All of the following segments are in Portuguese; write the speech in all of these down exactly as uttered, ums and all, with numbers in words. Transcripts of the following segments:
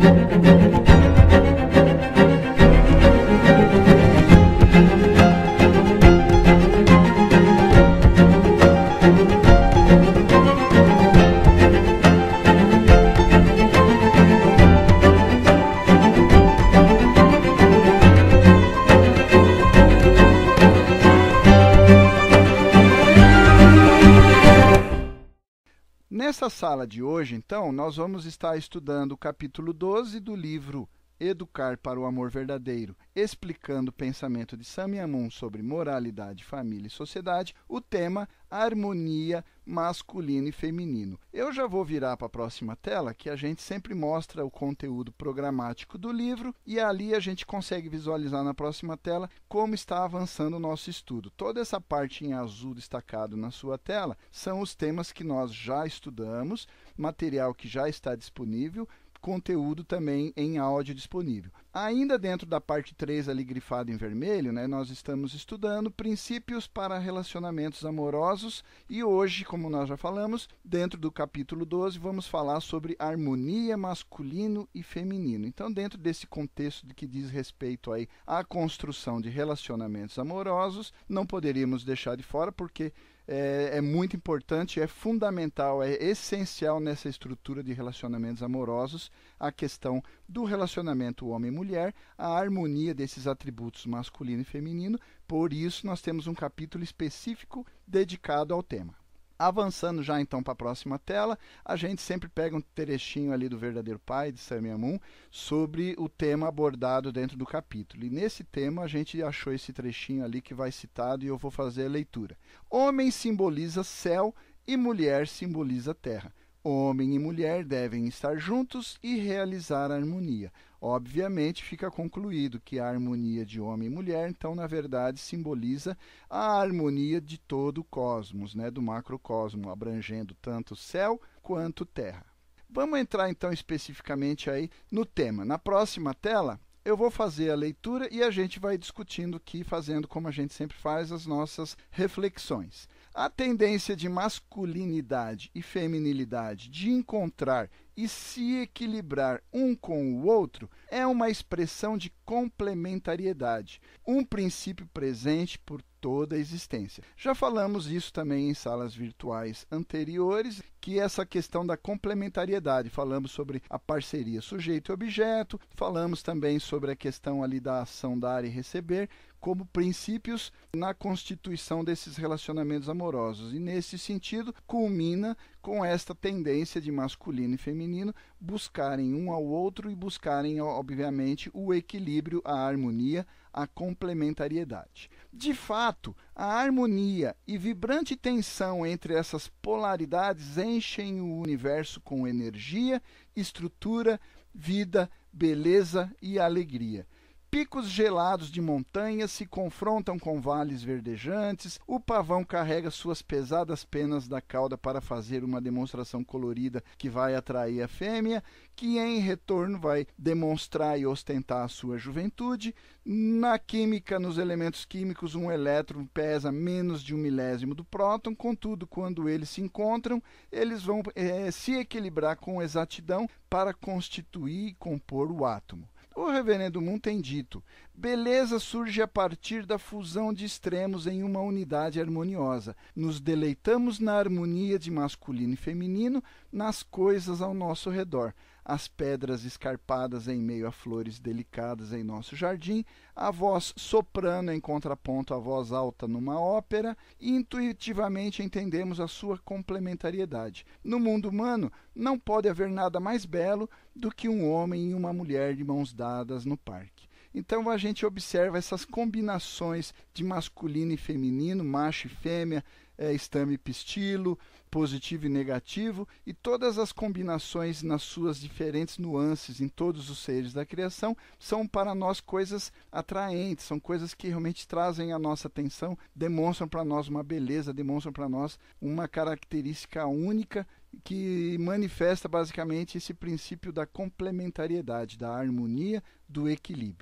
Nessa sala de hoje, então, nós vamos estar estudando o capítulo doze do livro Educar para o Amor Verdadeiro, explicando o pensamento de Samyamun sobre moralidade, família e sociedade, o tema harmonia masculino e feminino. Eu já vou virar para a próxima tela, que a gente sempre mostra o conteúdo programático do livro, e ali a gente consegue visualizar na próxima tela como está avançando o nosso estudo. Toda essa parte em azul destacado na sua tela são os temas que nós já estudamos, material que já está disponível, conteúdo também em áudio disponível. Ainda dentro da parte três, ali grifado em vermelho, né, nós estamos estudando princípios para relacionamentos amorosos e hoje, como nós já falamos, dentro do capítulo doze, vamos falar sobre harmonia masculino e feminino. Então, dentro desse contexto de que diz respeito aí à construção de relacionamentos amorosos, não poderíamos deixar de fora, porque É, é muito importante, é fundamental, é essencial nessa estrutura de relacionamentos amorosos a questão do relacionamento homem-mulher, a harmonia desses atributos masculino e feminino. Por isso, nós temos um capítulo específico dedicado ao tema. Avançando já então para a próxima tela, a gente sempre pega um trechinho ali do Verdadeiro Pai, de Samyamun, sobre o tema abordado dentro do capítulo. E nesse tema a gente achou esse trechinho ali que vai citado e eu vou fazer a leitura. Homem simboliza céu e mulher simboliza terra. Homem e mulher devem estar juntos e realizar a harmonia. Obviamente, fica concluído que a harmonia de homem e mulher, então, na verdade, simboliza a harmonia de todo o cosmos, né, do macrocosmo, abrangendo tanto céu quanto terra. Vamos entrar, então, especificamente aí no tema. Na próxima tela, eu vou fazer a leitura e a gente vai discutindo aqui, fazendo como a gente sempre faz, as nossas reflexões. A tendência de masculinidade e feminilidade de encontrar e se equilibrar um com o outro é uma expressão de complementariedade, um princípio presente por toda a existência. Já falamos isso também em salas virtuais anteriores, que essa questão da complementariedade, falamos sobre a parceria sujeito e objeto, falamos também sobre a questão ali da ação dar e receber, como princípios na constituição desses relacionamentos amorosos. E, nesse sentido, culmina com esta tendência de masculino e feminino buscarem um ao outro e buscarem, obviamente, o equilíbrio, a harmonia, a complementariedade. De fato, a harmonia e vibrante tensão entre essas polaridades enchem o universo com energia, estrutura, vida, beleza e alegria. Picos gelados de montanhas se confrontam com vales verdejantes, o pavão carrega suas pesadas penas da cauda para fazer uma demonstração colorida que vai atrair a fêmea, que em retorno vai demonstrar e ostentar a sua juventude. Na química, nos elementos químicos, um elétron pesa menos de um milésimo do próton, contudo, quando eles se encontram, eles vão é, se equilibrar com exatidão para constituir e compor o átomo. O Reverendo Moon tem dito: beleza surge a partir da fusão de extremos em uma unidade harmoniosa. Nos deleitamos na harmonia de masculino e feminino nas coisas ao nosso redor. As pedras escarpadas em meio a flores delicadas em nosso jardim, a voz soprano em contraponto à voz alta numa ópera, e intuitivamente entendemos a sua complementariedade. No mundo humano, não pode haver nada mais belo do que um homem e uma mulher de mãos dadas no parque. Então a gente observa essas combinações de masculino e feminino, macho e fêmea, é, estame e pistilo, positivo e negativo, e todas as combinações nas suas diferentes nuances em todos os seres da criação são para nós coisas atraentes, são coisas que realmente trazem a nossa atenção, demonstram para nós uma beleza, demonstram para nós uma característica única que manifesta basicamente esse princípio da complementariedade, da harmonia, do equilíbrio.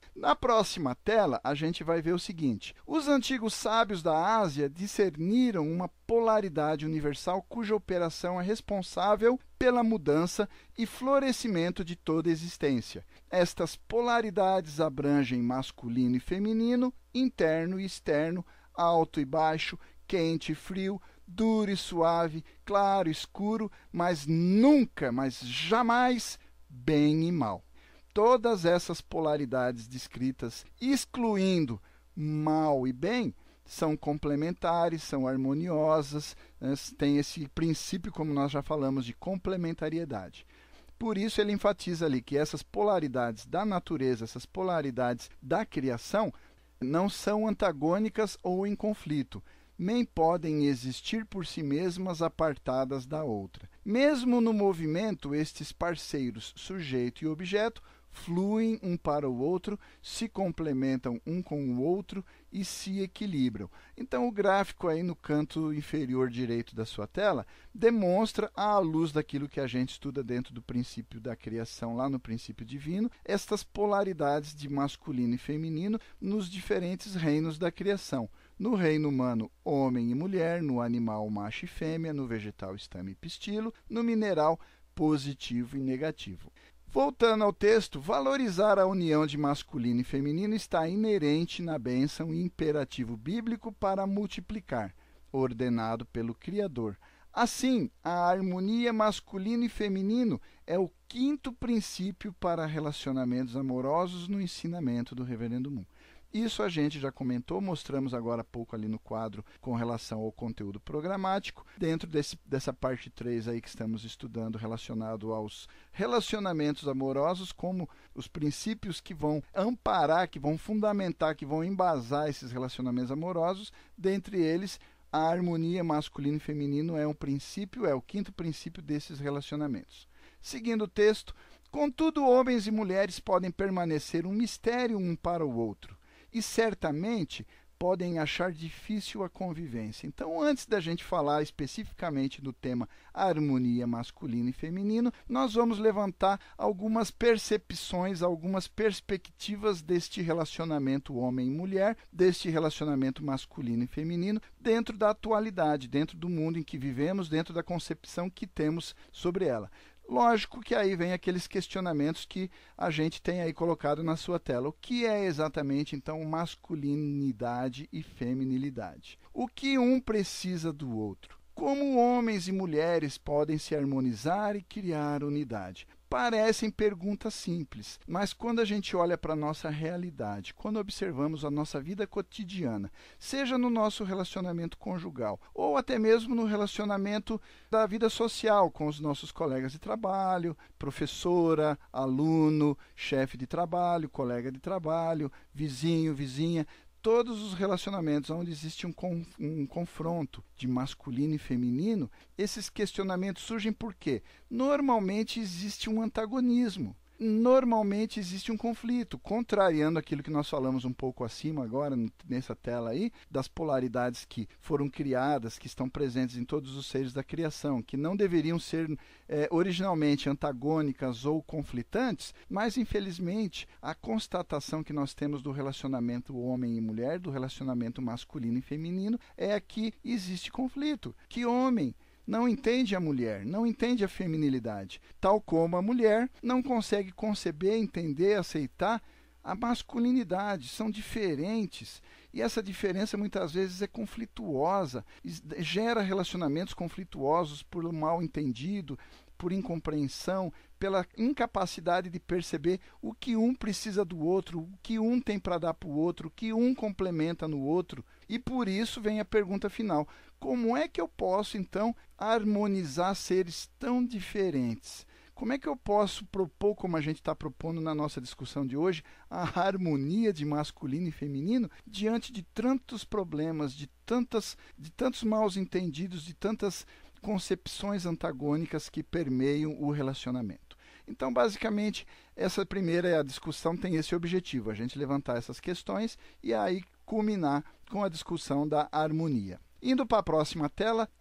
Na próxima tela, a gente vai ver o seguinte: os antigos sábios da Ásia discerniram uma polaridade universal cuja operação é responsável pela mudança e florescimento de toda a existência. Estas polaridades abrangem masculino e feminino, interno e externo, alto e baixo, quente e frio, duro e suave, claro e escuro, mas nunca, mas jamais, bem e mal. Todas essas polaridades descritas, excluindo mal e bem, são complementares, são harmoniosas, né? Tem esse princípio, como nós já falamos, de complementariedade. Por isso ele enfatiza ali que essas polaridades da natureza, essas polaridades da criação, não são antagônicas ou em conflito, nem podem existir por si mesmas apartadas da outra. Mesmo no movimento, estes parceiros, sujeito e objeto, fluem um para o outro, se complementam um com o outro e se equilibram. Então, o gráfico aí no canto inferior direito da sua tela demonstra, à luz daquilo que a gente estuda dentro do princípio da criação, lá no princípio divino, estas polaridades de masculino e feminino nos diferentes reinos da criação. No reino humano, homem e mulher; no animal, macho e fêmea; no vegetal, estame e pistilo; no mineral, positivo e negativo. Voltando ao texto, valorizar a união de masculino e feminino está inerente na bênção e imperativo bíblico para multiplicar, ordenado pelo Criador. Assim, a harmonia masculino e feminino é o quinto princípio para relacionamentos amorosos no ensinamento do Reverendo Moon. Isso a gente já comentou, mostramos agora há pouco ali no quadro com relação ao conteúdo programático. Dentro desse, dessa parte três aí que estamos estudando relacionado aos relacionamentos amorosos, como os princípios que vão amparar, que vão fundamentar, que vão embasar esses relacionamentos amorosos, dentre eles a harmonia masculino e feminino é um princípio, é o quinto princípio desses relacionamentos. Seguindo o texto, contudo, homens e mulheres podem permanecer um mistério um para o outro, e certamente podem achar difícil a convivência. Então, antes da gente falar especificamente do tema harmonia masculino e feminino, nós vamos levantar algumas percepções, algumas perspectivas deste relacionamento homem e mulher, deste relacionamento masculino e feminino, dentro da atualidade, dentro do mundo em que vivemos, dentro da concepção que temos sobre ela. Lógico que aí vem aqueles questionamentos que a gente tem aí colocado na sua tela. O que é exatamente, então, masculinidade e feminilidade? O que um precisa do outro? Como homens e mulheres podem se harmonizar e criar unidade? Parecem perguntas simples, mas quando a gente olha para a nossa realidade, quando observamos a nossa vida cotidiana, seja no nosso relacionamento conjugal ou até mesmo no relacionamento da vida social com os nossos colegas de trabalho, professora, aluno, chefe de trabalho, colega de trabalho, vizinho, vizinha, todos os relacionamentos onde existe um, con um confronto de masculino e feminino, esses questionamentos surgem por quê? Normalmente existe um antagonismo, normalmente existe um conflito, contrariando aquilo que nós falamos um pouco acima agora, nessa tela aí, das polaridades que foram criadas, que estão presentes em todos os seres da criação, que não deveriam ser é, originalmente antagônicas ou conflitantes, mas infelizmente a constatação que nós temos do relacionamento homem e mulher, do relacionamento masculino e feminino, é que existe conflito, que homem não entende a mulher, não entende a feminilidade, tal como a mulher não consegue conceber, entender, aceitar a masculinidade. São diferentes e essa diferença muitas vezes é conflituosa, gera relacionamentos conflituosos por um mal entendido, por incompreensão, pela incapacidade de perceber o que um precisa do outro, o que um tem para dar para o outro, o que um complementa no outro. E por isso vem a pergunta final: como é que eu posso, então, harmonizar seres tão diferentes? Como é que eu posso propor, como a gente está propondo na nossa discussão de hoje, a harmonia de masculino e feminino diante de tantos problemas, de, tantas, de tantos maus entendidos, de tantas concepções antagônicas que permeiam o relacionamento? Então, basicamente, essa primeira discussão tem esse objetivo, a gente levantar essas questões e aí culminar com a discussão da harmonia. Indo para a próxima tela,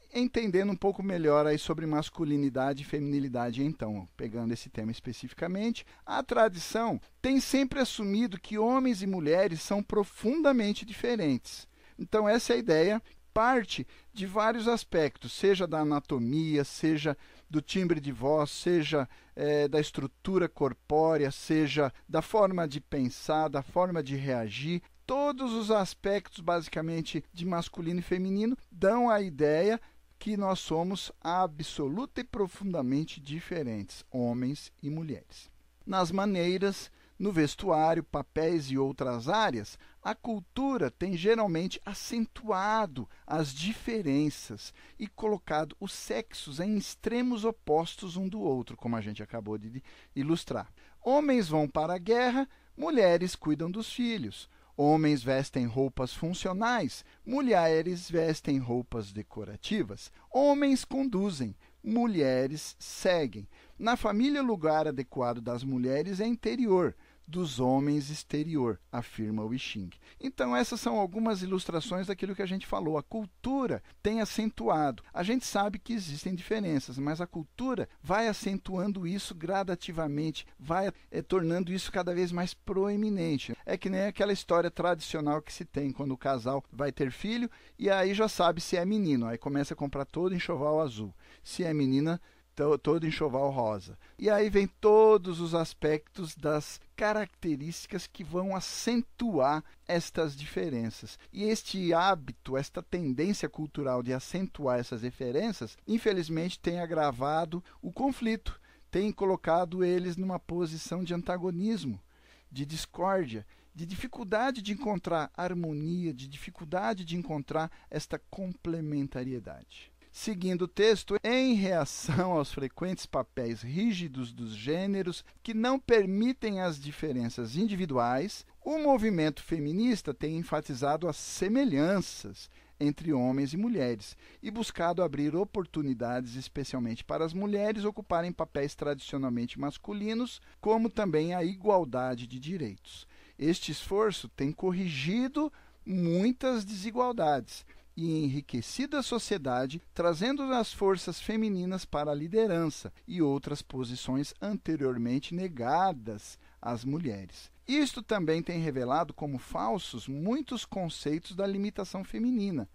entendendo um pouco melhor aí sobre masculinidade e feminilidade, então, pegando esse tema especificamente, a tradição tem sempre assumido que homens e mulheres são profundamente diferentes. Então, essa é a ideia, parte de vários aspectos, seja da anatomia, seja do timbre de voz, seja é, da estrutura corpórea, seja da forma de pensar, da forma de reagir. Todos os aspectos, basicamente, de masculino e feminino dão a ideia que nós somos absoluta e profundamente diferentes, homens e mulheres. Nas maneiras, no vestuário, papéis e outras áreas, a cultura tem geralmente acentuado as diferenças e colocado os sexos em extremos opostos um do outro, como a gente acabou de ilustrar. Homens vão para a guerra, mulheres cuidam dos filhos. Homens vestem roupas funcionais, mulheres vestem roupas decorativas. Homens conduzem, mulheres seguem. Na família, o lugar adequado das mulheres é interior, dos homens exterior, afirma o I Ching. Então, essas são algumas ilustrações daquilo que a gente falou. A cultura tem acentuado. A gente sabe que existem diferenças, mas a cultura vai acentuando isso gradativamente, vai é, tornando isso cada vez mais proeminente. É que nem aquela história tradicional que se tem quando o casal vai ter filho e aí já sabe se é menino, aí começa a comprar todo enxoval azul. Se é menina, todo enxoval rosa. E aí vem todos os aspectos das características que vão acentuar estas diferenças. E este hábito, esta tendência cultural de acentuar essas diferenças, infelizmente tem agravado o conflito, tem colocado eles numa posição de antagonismo, de discórdia, de dificuldade de encontrar harmonia, de dificuldade de encontrar esta complementariedade. Seguindo o texto, em reação aos frequentes papéis rígidos dos gêneros que não permitem as diferenças individuais, o movimento feminista tem enfatizado as semelhanças entre homens e mulheres e buscado abrir oportunidades especialmente para as mulheres ocuparem papéis tradicionalmente masculinos, como também a igualdade de direitos. Este esforço tem corrigido muitas desigualdades e enriquecido a sociedade, trazendo as forças femininas para a liderança e outras posições anteriormente negadas às mulheres. Isto também tem revelado como falsos muitos conceitos da limitação feminina.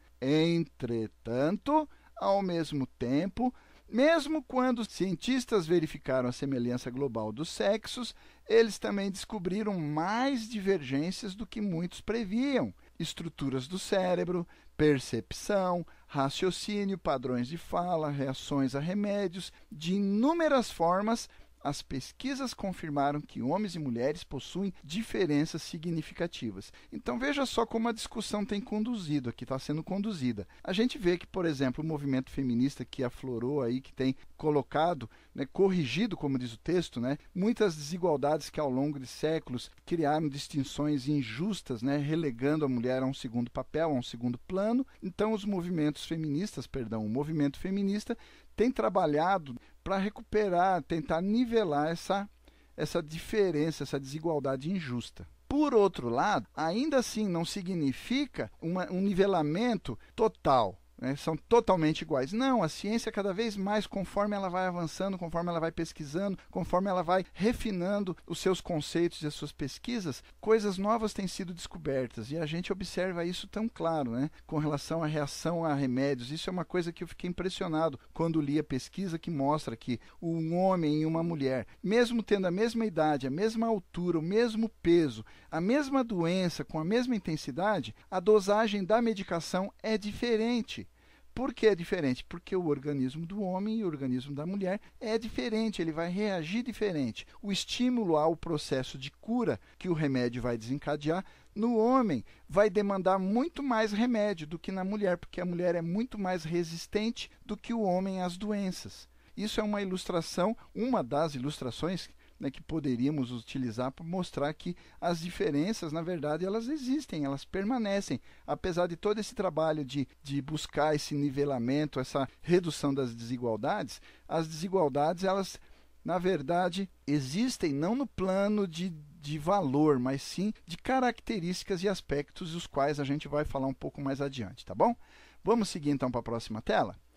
Entretanto, ao mesmo tempo, mesmo quando os cientistas verificaram a semelhança global dos sexos, eles também descobriram mais divergências do que muitos previam. Estruturas do cérebro, percepção, raciocínio, padrões de fala, reações a remédios, de inúmeras formas. As pesquisas confirmaram que homens e mulheres possuem diferenças significativas. Então, veja só como a discussão tem conduzido, aqui está sendo conduzida. A gente vê que, por exemplo, o movimento feminista que aflorou aí, que tem colocado, né, corrigido, como diz o texto, né, muitas desigualdades que ao longo de séculos criaram distinções injustas, né, relegando a mulher a um segundo papel, a um segundo plano. Então, os movimentos feministas, perdão, o movimento feminista tem trabalhado para recuperar, tentar nivelar essa, essa diferença, essa desigualdade injusta. Por outro lado, ainda assim não significa uma, um nivelamento total, né? São totalmente iguais. Não, a ciência cada vez mais, conforme ela vai avançando, conforme ela vai pesquisando, conforme ela vai refinando os seus conceitos e as suas pesquisas, coisas novas têm sido descobertas. E a gente observa isso tão claro, né? Com relação à reação a remédios. Isso é uma coisa que eu fiquei impressionado quando li a pesquisa que mostra que um homem e uma mulher, mesmo tendo a mesma idade, a mesma altura, o mesmo peso, a mesma doença, com a mesma intensidade, a dosagem da medicação é diferente. Por que é diferente? Porque o organismo do homem e o organismo da mulher é diferente, ele vai reagir diferente. O estímulo ao processo de cura que o remédio vai desencadear, no homem vai demandar muito mais remédio do que na mulher, porque a mulher é muito mais resistente do que o homem às doenças. Isso é uma ilustração, uma das ilustrações, né, que poderíamos utilizar para mostrar que as diferenças, na verdade, elas existem, elas permanecem. Apesar de todo esse trabalho de, de buscar esse nivelamento, essa redução das desigualdades, as desigualdades, elas, na verdade, existem não no plano de, de valor, mas sim de características e aspectos, os quais a gente vai falar um pouco mais adiante, tá bom? Vamos seguir então para a próxima tela?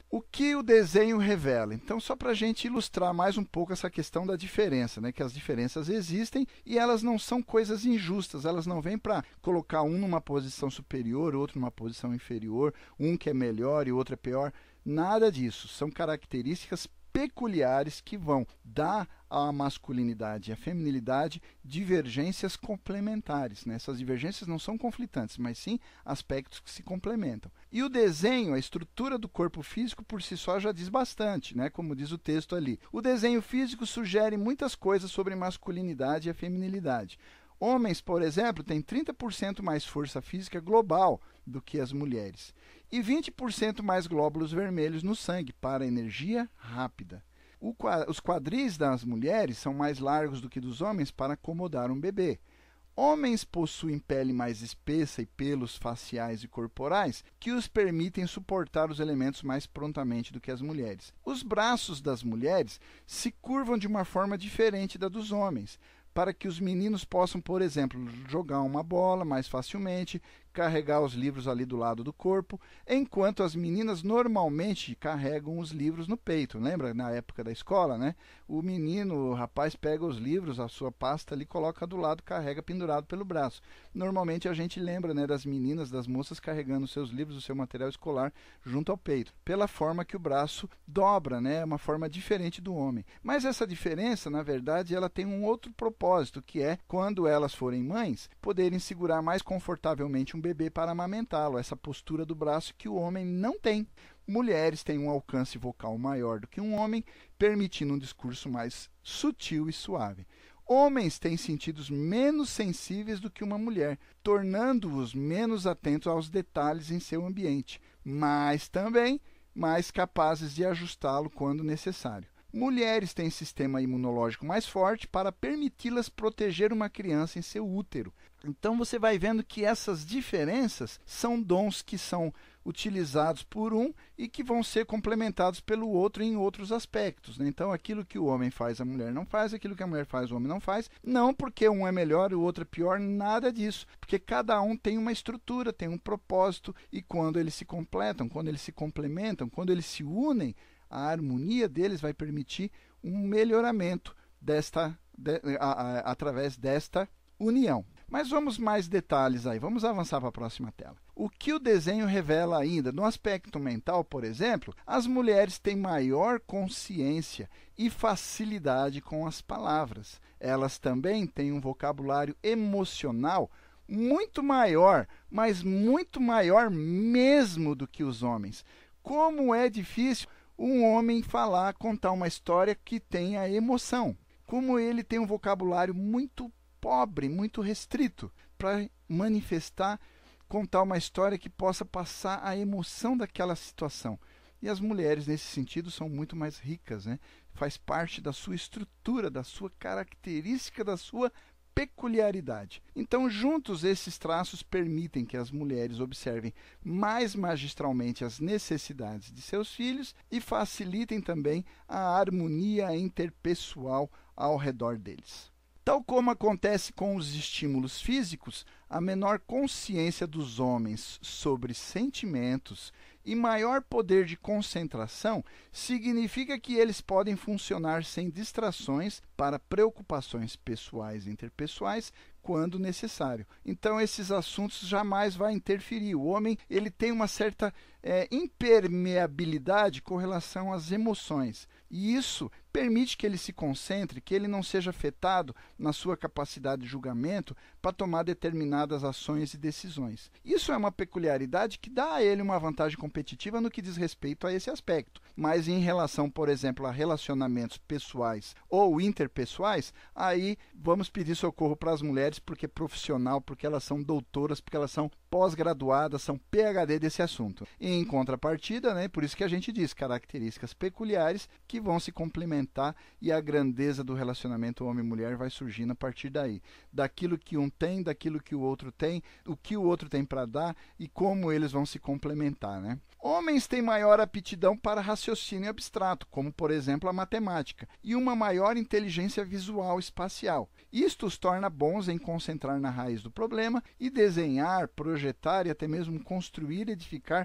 O que o desenho revela? Então, só para a gente ilustrar mais um pouco essa questão da diferença, né? Que as diferenças existem e elas não são coisas injustas, elas não vêm para colocar um numa posição superior, outro numa posição inferior, um que é melhor e outro é pior. Nada disso, são características peculiares que vão dar à masculinidade e à feminilidade divergências complementares, né? Essas divergências não são conflitantes, mas sim aspectos que se complementam. E o desenho, a estrutura do corpo físico por si só já diz bastante, né? Como diz o texto ali. O desenho físico sugere muitas coisas sobre masculinidade e a feminilidade. Homens, por exemplo, têm trinta por cento mais força física global do que as mulheres e vinte por cento mais glóbulos vermelhos no sangue para energia rápida. O, os quadris das mulheres são mais largos do que dos homens para acomodar um bebê. Homens possuem pele mais espessa e pelos faciais e corporais que os permitem suportar os elementos mais prontamente do que as mulheres. Os braços das mulheres se curvam de uma forma diferente da dos homens, para que os meninos possam, por exemplo, jogar uma bola mais facilmente, carregar os livros ali do lado do corpo, enquanto as meninas normalmente carregam os livros no peito. Lembra, na época da escola, né? O menino, o rapaz pega os livros, a sua pasta ali, coloca do lado, carrega pendurado pelo braço. Normalmente a gente lembra, né, das meninas, das moças carregando seus livros, o seu material escolar junto ao peito, pela forma que o braço dobra, né? É uma forma diferente do homem. Mas essa diferença, na verdade, ela tem um outro propósito, que é, quando elas forem mães, poderem segurar mais confortavelmente um bebê para amamentá-lo, essa postura do braço que o homem não tem. Mulheres têm um alcance vocal maior do que um homem, permitindo um discurso mais sutil e suave. Homens têm sentidos menos sensíveis do que uma mulher, tornando-os menos atentos aos detalhes em seu ambiente, mas também mais capazes de ajustá-lo quando necessário. Mulheres têm sistema imunológico mais forte para permiti-las proteger uma criança em seu útero. Então você vai vendo que essas diferenças são dons que são utilizados por um e que vão ser complementados pelo outro em outros aspectos, né? Então aquilo que o homem faz, a mulher não faz, aquilo que a mulher faz, o homem não faz. Não porque um é melhor e o outro é pior, nada disso. Porque cada um tem uma estrutura, tem um propósito, e quando eles se completam, quando eles se complementam, quando eles se unem, a harmonia deles vai permitir um melhoramento desta, de, a, a, através desta união. Mas vamos mais detalhes aí, vamos avançar para a próxima tela. O que o desenho revela ainda? No aspecto mental, por exemplo, as mulheres têm maior consciência e facilidade com as palavras. Elas também têm um vocabulário emocional muito maior, mas muito maior mesmo do que os homens. Como é difícil um homem falar, contar uma história que tenha emoção. Como ele tem um vocabulário muito pobre, muito restrito, para manifestar, contar uma história que possa passar a emoção daquela situação. E as mulheres, nesse sentido, são muito mais ricas, né? Faz parte da sua estrutura, da sua característica, da sua peculiaridade. Então, juntos, esses traços permitem que as mulheres observem mais magistralmente as necessidades de seus filhos e facilitem também a harmonia interpessoal ao redor deles. Tal como acontece com os estímulos físicos, a menor consciência dos homens sobre sentimentos e maior poder de concentração significa que eles podem funcionar sem distrações para preocupações pessoais e interpessoais quando necessário. Então, esses assuntos jamais vão interferir. O homem ele tem uma certa é, impermeabilidade com relação às emoções. E isso permite que ele se concentre, que ele não seja afetado na sua capacidade de julgamento para tomar determinadas ações e decisões. Isso é uma peculiaridade que dá a ele uma vantagem competitiva no que diz respeito a esse aspecto. Mas em relação, por exemplo, a relacionamentos pessoais ou interpessoais, aí vamos pedir socorro para as mulheres, porque é profissional, porque elas são doutoras, porque elas são pós-graduadas, são P H D desse assunto. E em contrapartida, né, por isso que a gente diz características peculiares que vão se complementar e a grandeza do relacionamento homem-mulher vai surgindo a partir daí. Daquilo que um tem, daquilo que o outro tem, o que o outro tem para dar e como eles vão se complementar, né? Homens têm maior aptidão para raciocínio abstrato, como por exemplo a matemática, e uma maior inteligência visual espacial. Isto os torna bons em concentrar na raiz do problema e desenhar, projetar e até mesmo construir e edificar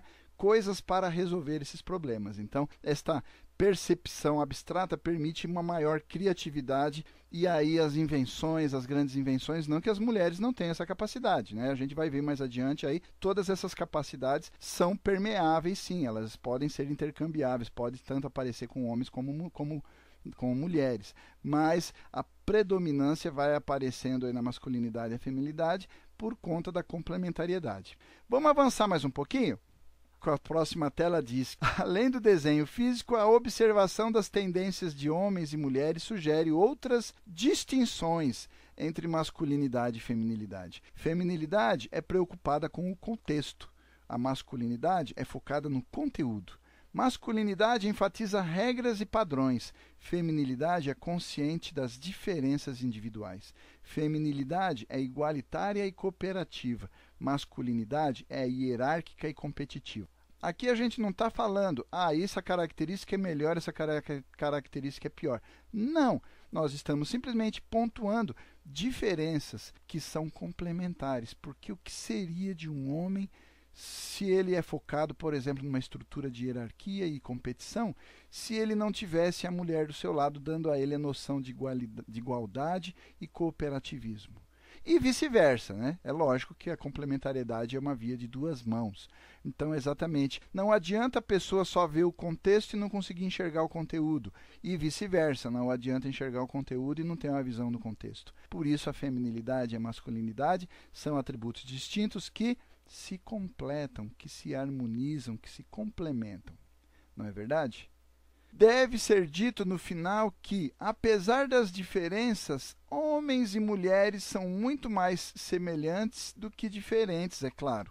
coisas para resolver esses problemas. Então, esta percepção abstrata permite uma maior criatividade e aí as invenções, as grandes invenções, não que as mulheres não tenham essa capacidade, né? A gente vai ver mais adiante aí, todas essas capacidades são permeáveis sim, elas podem ser intercambiáveis, pode tanto aparecer com homens como, como, com mulheres, mas a predominância vai aparecendo aí na masculinidade e a feminilidade por conta da complementariedade. Vamos avançar mais um pouquinho? A próxima tela diz: além do desenho físico, a observação das tendências de homens e mulheres sugere outras distinções entre masculinidade e feminilidade. Feminilidade é preocupada com o contexto, a masculinidade é focada no conteúdo. Masculinidade enfatiza regras e padrões, feminilidade é consciente das diferenças individuais. Feminilidade é igualitária e cooperativa, masculinidade é hierárquica e competitiva. Aqui a gente não está falando, ah, essa característica é melhor, essa característica é pior. Não, nós estamos simplesmente pontuando diferenças que são complementares, porque o que seria de um homem se ele é focado, por exemplo, numa estrutura de hierarquia e competição, se ele não tivesse a mulher do seu lado dando a ele a noção de igualdade e cooperativismo. E vice-versa, né? É lógico que a complementariedade é uma via de duas mãos. Então, exatamente, não adianta a pessoa só ver o contexto e não conseguir enxergar o conteúdo. E vice-versa, não adianta enxergar o conteúdo e não ter uma visão do contexto. Por isso, a feminilidade e a masculinidade são atributos distintos que se completam, que se harmonizam, que se complementam. Não é verdade? Deve ser dito no final que, apesar das diferenças, homens e mulheres são muito mais semelhantes do que diferentes, é claro.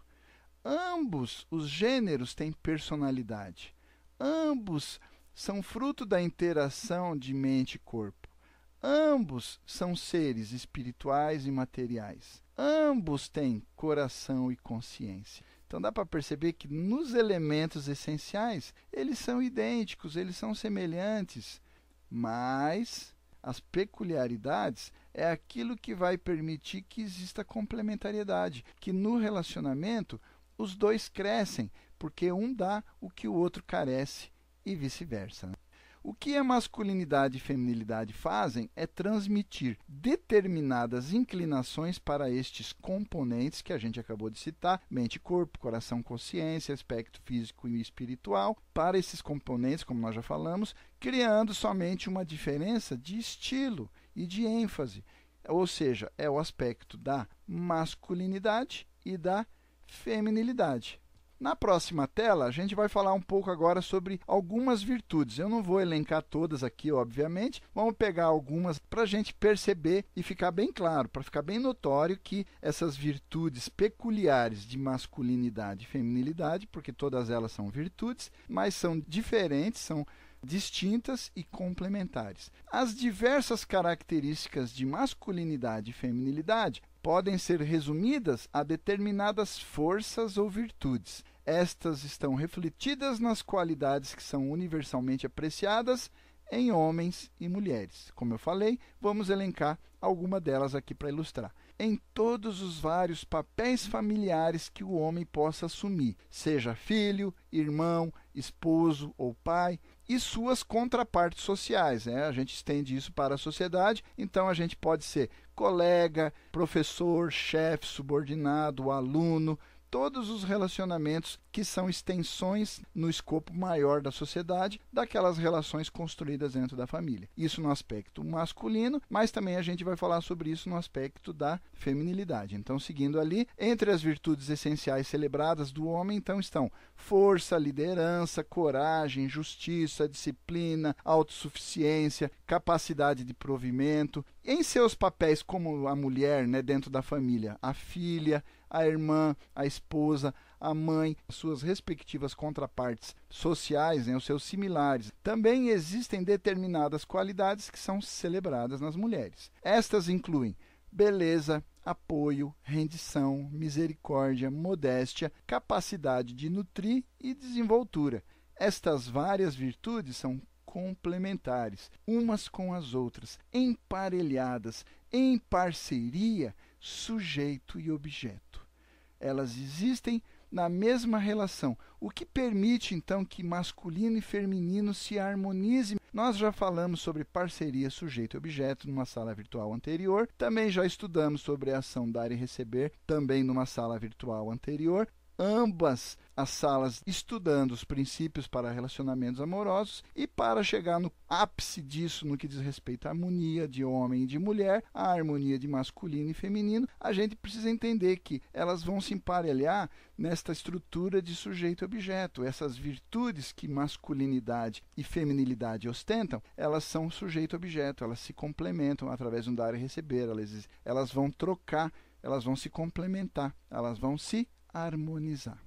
Ambos os gêneros têm personalidade. Ambos são fruto da interação de mente e corpo. Ambos são seres espirituais e materiais. Ambos têm coração e consciência. Então dá para perceber que nos elementos essenciais eles são idênticos, eles são semelhantes, mas as peculiaridades é aquilo que vai permitir que exista complementariedade, que no relacionamento os dois crescem, porque um dá o que o outro carece e vice-versa. O que a masculinidade e feminilidade fazem é transmitir determinadas inclinações para estes componentes que a gente acabou de citar, mente, corpo, coração, consciência, aspecto físico e espiritual, para esses componentes, como nós já falamos, criando somente uma diferença de estilo e de ênfase, ou seja, é o aspecto da masculinidade e da feminilidade. Na próxima tela, a gente vai falar um pouco agora sobre algumas virtudes. Eu não vou elencar todas aqui, obviamente. Vamos pegar algumas para a gente perceber e ficar bem claro, para ficar bem notório que essas virtudes peculiares de masculinidade e feminilidade, porque todas elas são virtudes, mas são diferentes, são distintas e complementares. As diversas características de masculinidade e feminilidade podem ser resumidas a determinadas forças ou virtudes. Estas estão refletidas nas qualidades que são universalmente apreciadas em homens e mulheres. Como eu falei, vamos elencar alguma delas aqui para ilustrar. Em todos os vários papéis familiares que o homem possa assumir, seja filho, irmão, esposo ou pai, e suas contrapartes sociais, né? A gente estende isso para a sociedade, então a gente pode ser colega, professor, chefe, subordinado, aluno, todos os relacionamentos que são extensões no escopo maior da sociedade, daquelas relações construídas dentro da família. Isso no aspecto masculino, mas também a gente vai falar sobre isso no aspecto da feminilidade. Então, seguindo ali, entre as virtudes essenciais celebradas do homem, então estão força, liderança, coragem, justiça, disciplina, autossuficiência, capacidade de provimento. Em seus papéis como a mulher, né, dentro da família, a filha, a irmã, a esposa, a mãe, suas respectivas contrapartes sociais, né, os seus similares. Também existem determinadas qualidades que são celebradas nas mulheres. Estas incluem beleza, apoio, rendição, misericórdia, modéstia, capacidade de nutrir e desenvoltura. Estas várias virtudes são complementares, umas com as outras, emparelhadas, em parceria, sujeito e objeto. Elas existem na mesma relação, o que permite então que masculino e feminino se harmonizem. Nós já falamos sobre parceria sujeito-objeto numa sala virtual anterior, também já estudamos sobre a ação dar e receber, também numa sala virtual anterior. Ambas as salas estudando os princípios para relacionamentos amorosos e para chegar no ápice disso no que diz respeito à harmonia de homem e de mulher, a harmonia de masculino e feminino, a gente precisa entender que elas vão se emparelhar nesta estrutura de sujeito-objeto. Essas virtudes que masculinidade e feminilidade ostentam, elas são sujeito-objeto, elas se complementam através do dar e receber, elas, elas vão trocar, elas vão se complementar, elas vão se harmonizar.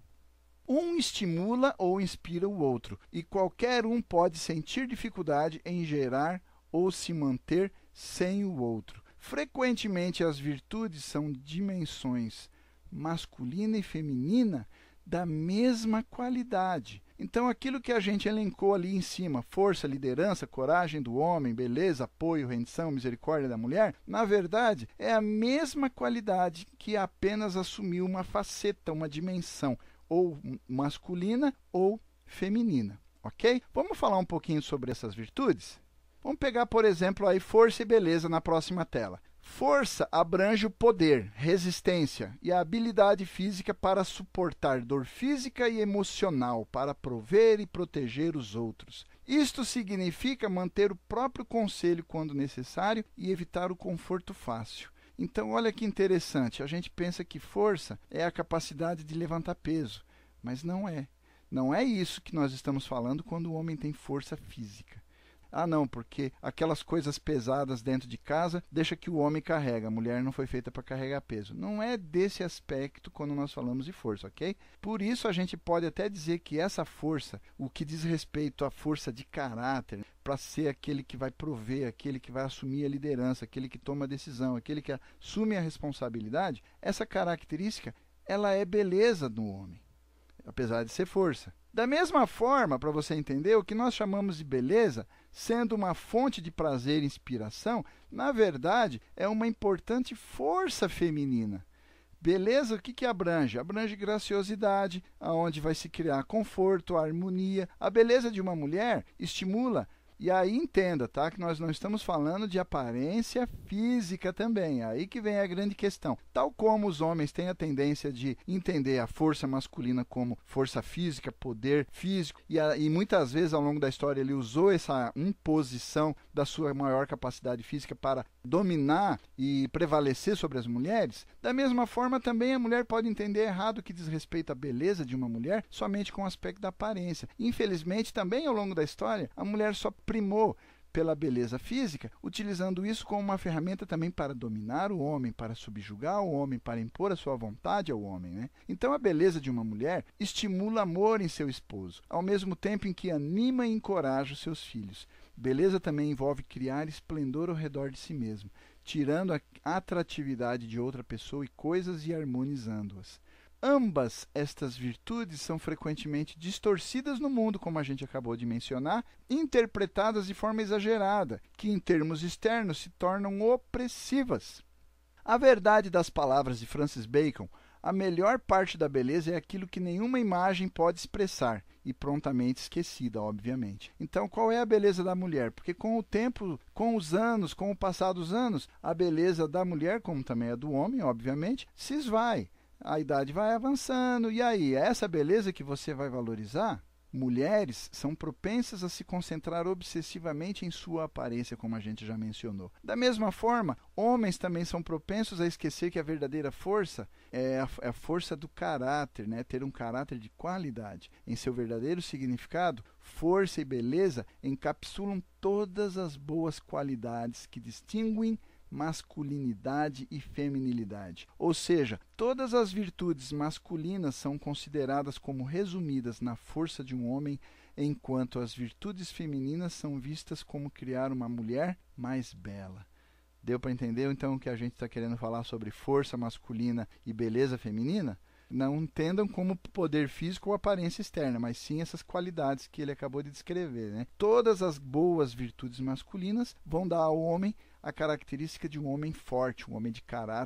Um estimula ou inspira o outro, e qualquer um pode sentir dificuldade em gerar ou se manter sem o outro. Frequentemente, as virtudes são dimensões masculina e feminina da mesma qualidade. Então, aquilo que a gente elencou ali em cima, força, liderança, coragem do homem, beleza, apoio, rendição, misericórdia da mulher, na verdade, é a mesma qualidade que apenas assumiu uma faceta, uma dimensão, ou masculina ou feminina, ok? Vamos falar um pouquinho sobre essas virtudes? Vamos pegar, por exemplo, aí força e beleza na próxima tela. Força abrange o poder, resistência e a habilidade física para suportar dor física e emocional, para prover e proteger os outros. Isto significa manter o próprio conselho quando necessário e evitar o conforto fácil. Então, olha que interessante, a gente pensa que força é a capacidade de levantar peso, mas não é. Não é isso que nós estamos falando quando o homem tem força física. Ah, não, porque aquelas coisas pesadas dentro de casa deixa que o homem carrega, a mulher não foi feita para carregar peso. Não é desse aspecto quando nós falamos de força, ok? Por isso a gente pode até dizer que essa força, o que diz respeito à força de caráter, para ser aquele que vai prover, aquele que vai assumir a liderança, aquele que toma a decisão, aquele que assume a responsabilidade, essa característica, ela é beleza no homem, apesar de ser força. Da mesma forma, para você entender, o que nós chamamos de beleza, sendo uma fonte de prazer e inspiração, na verdade, é uma importante força feminina. Beleza, o que, que abrange? Abrange graciosidade, aonde vai se criar conforto, harmonia. A beleza de uma mulher estimula. E aí entenda, tá, que nós não estamos falando de aparência física também, é aí que vem a grande questão. Tal como os homens têm a tendência de entender a força masculina como força física, poder físico, e, a, e muitas vezes ao longo da história ele usou essa imposição da sua maior capacidade física para dominar e prevalecer sobre as mulheres, da mesma forma também a mulher pode entender errado o que diz respeito à beleza de uma mulher somente com o aspecto da aparência. Infelizmente, também ao longo da história, a mulher só primou pela beleza física, utilizando isso como uma ferramenta também para dominar o homem, para subjugar o homem, para impor a sua vontade ao homem, né? Então, a beleza de uma mulher estimula amor em seu esposo, ao mesmo tempo em que anima e encoraja os seus filhos. Beleza também envolve criar esplendor ao redor de si mesmo, tirando a atratividade de outra pessoa e coisas e harmonizando-as. Ambas estas virtudes são frequentemente distorcidas no mundo, como a gente acabou de mencionar, interpretadas de forma exagerada, que em termos externos se tornam opressivas. A verdade das palavras de Francis Bacon, a melhor parte da beleza é aquilo que nenhuma imagem pode expressar, e prontamente esquecida, obviamente. Então, qual é a beleza da mulher? Porque com o tempo, com os anos, com o passar dos anos, a beleza da mulher, como também a do homem, obviamente, se esvai. A idade vai avançando, e aí, é essa beleza que você vai valorizar? Mulheres são propensas a se concentrar obsessivamente em sua aparência, como a gente já mencionou. Da mesma forma, homens também são propensos a esquecer que a verdadeira força é a, é a força do caráter, né? Ter um caráter de qualidade. Em seu verdadeiro significado, força e beleza encapsulam todas as boas qualidades que distinguem masculinidade e feminilidade. Ou seja, todas as virtudes masculinas são consideradas como resumidas na força de um homem, enquanto as virtudes femininas são vistas como criar uma mulher mais bela. Deu para entender então o que a gente está querendo falar sobre força masculina e beleza feminina? Não entendam como poder físico ou aparência externa, mas sim essas qualidades que ele acabou de descrever, né? Todas as boas virtudes masculinas vão dar ao homem a característica de um homem forte, um homem de caráter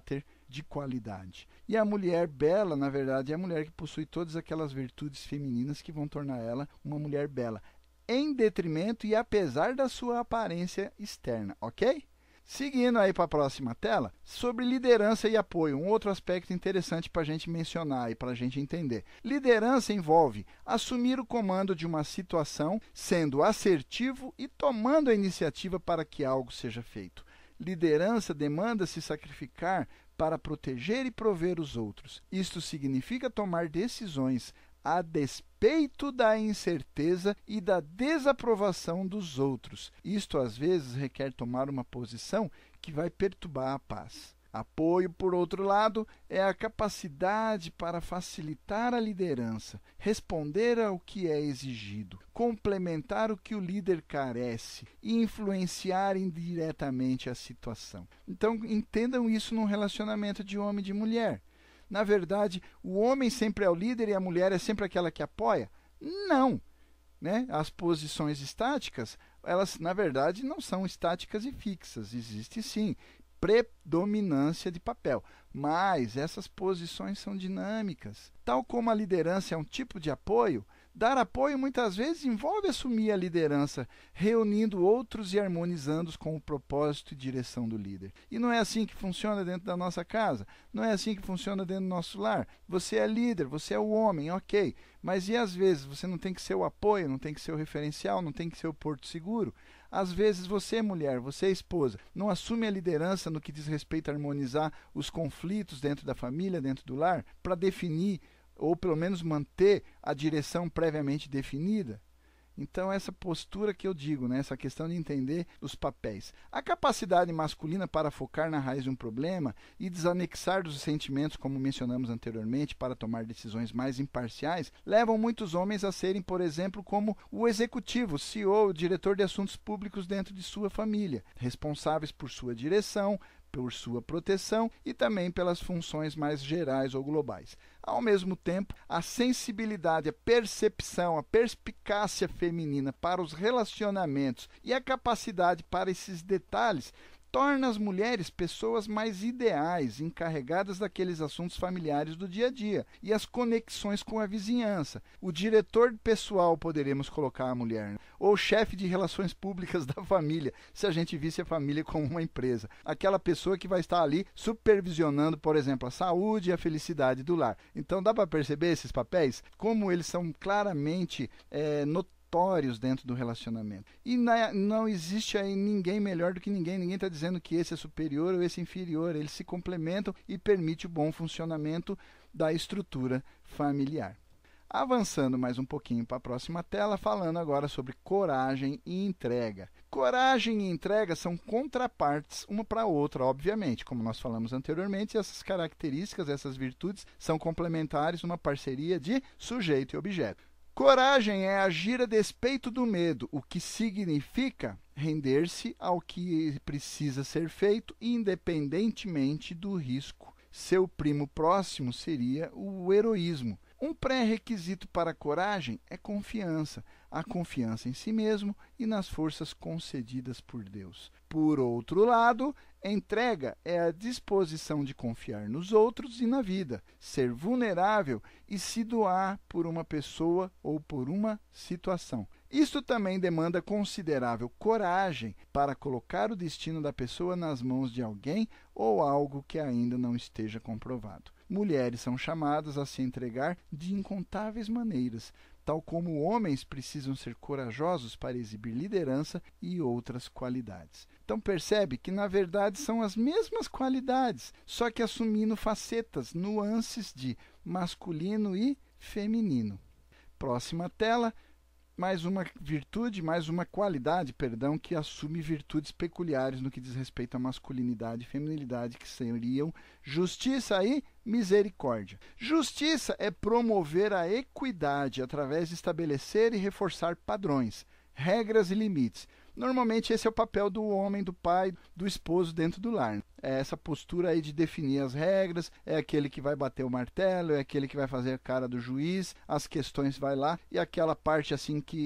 de qualidade. E a mulher bela, na verdade, é a mulher que possui todas aquelas virtudes femininas que vão tornar ela uma mulher bela, em detrimento e apesar da sua aparência externa, ok? Seguindo aí para a próxima tela, sobre liderança e apoio, um outro aspecto interessante para a gente mencionar e para a gente entender. Liderança envolve assumir o comando de uma situação, sendo assertivo e tomando a iniciativa para que algo seja feito. Liderança demanda se sacrificar para proteger e prover os outros. Isto significa tomar decisões a despeito da incerteza e da desaprovação dos outros. Isto, às vezes, requer tomar uma posição que vai perturbar a paz. Apoio, por outro lado, é a capacidade para facilitar a liderança, responder ao que é exigido, complementar o que o líder carece e influenciar indiretamente a situação. Então, entendam isso num relacionamento de homem e de mulher. Na verdade, o homem sempre é o líder e a mulher é sempre aquela que apoia? Não! Né? As posições estáticas, elas, na verdade, não são estáticas e fixas. Existe, sim, predominância de papel, mas essas posições são dinâmicas. Tal como a liderança é um tipo de apoio, dar apoio muitas vezes envolve assumir a liderança, reunindo outros e harmonizando-os com o propósito e direção do líder. E não é assim que funciona dentro da nossa casa, não é assim que funciona dentro do nosso lar. Você é líder, você é o homem, ok, mas e às vezes você não tem que ser o apoio, não tem que ser o referencial, não tem que ser o porto seguro? Às vezes você é mulher, você é esposa, não assume a liderança no que diz respeito a harmonizar os conflitos dentro da família, dentro do lar, para definir ou pelo menos manter a direção previamente definida? Então, essa postura que eu digo, né? Essa questão de entender os papéis. A capacidade masculina para focar na raiz de um problema e desanexar dos sentimentos, como mencionamos anteriormente, para tomar decisões mais imparciais, levam muitos homens a serem, por exemplo, como o executivo, o C E O, o diretor de assuntos públicos dentro de sua família, responsáveis por sua direção, por sua proteção e também pelas funções mais gerais ou globais. Ao mesmo tempo, a sensibilidade, a percepção, a perspicácia feminina para os relacionamentos e a capacidade para esses detalhes torna as mulheres pessoas mais ideais, encarregadas daqueles assuntos familiares do dia a dia e as conexões com a vizinhança. O diretor pessoal, poderemos colocar a mulher, né? Ou chefe de relações públicas da família, se a gente visse a família como uma empresa. Aquela pessoa que vai estar ali supervisionando, por exemplo, a saúde e a felicidade do lar. Então, dá para perceber esses papéis? Como eles são claramente é, notáveis dentro do relacionamento. E na, não existe aí ninguém melhor do que ninguém. Ninguém está dizendo que esse é superior ou esse é inferior. Eles se complementam e permitem o bom funcionamento da estrutura familiar. Avançando mais um pouquinho para a próxima tela, falando agora sobre coragem e entrega. Coragem e entrega são contrapartes uma para a outra, obviamente. Como nós falamos anteriormente, essas características, essas virtudes são complementares numa parceria de sujeito e objeto. Coragem é agir a despeito do medo, o que significa render-se ao que precisa ser feito, independentemente do risco. Seu primo próximo seria o heroísmo. Um pré-requisito para a coragem é confiança, a confiança em si mesmo e nas forças concedidas por Deus. Por outro lado, entrega é a disposição de confiar nos outros e na vida, ser vulnerável e se doar por uma pessoa ou por uma situação. Isto também demanda considerável coragem para colocar o destino da pessoa nas mãos de alguém ou algo que ainda não esteja comprovado. Mulheres são chamadas a se entregar de incontáveis maneiras, tal como homens precisam ser corajosos para exibir liderança e outras qualidades. Então percebe que, na verdade, são as mesmas qualidades, só que assumindo facetas, nuances de masculino e feminino. Próxima tela. Mais uma virtude, mais uma qualidade, perdão, que assume virtudes peculiares no que diz respeito à masculinidade e feminilidade, que seriam justiça e misericórdia. Justiça é promover a equidade através de estabelecer e reforçar padrões, regras e limites. Normalmente esse é o papel do homem, do pai, do esposo dentro do lar. É essa postura aí de definir as regras, é aquele que vai bater o martelo, é aquele que vai fazer a cara do juiz, as questões vai lá, e aquela parte assim que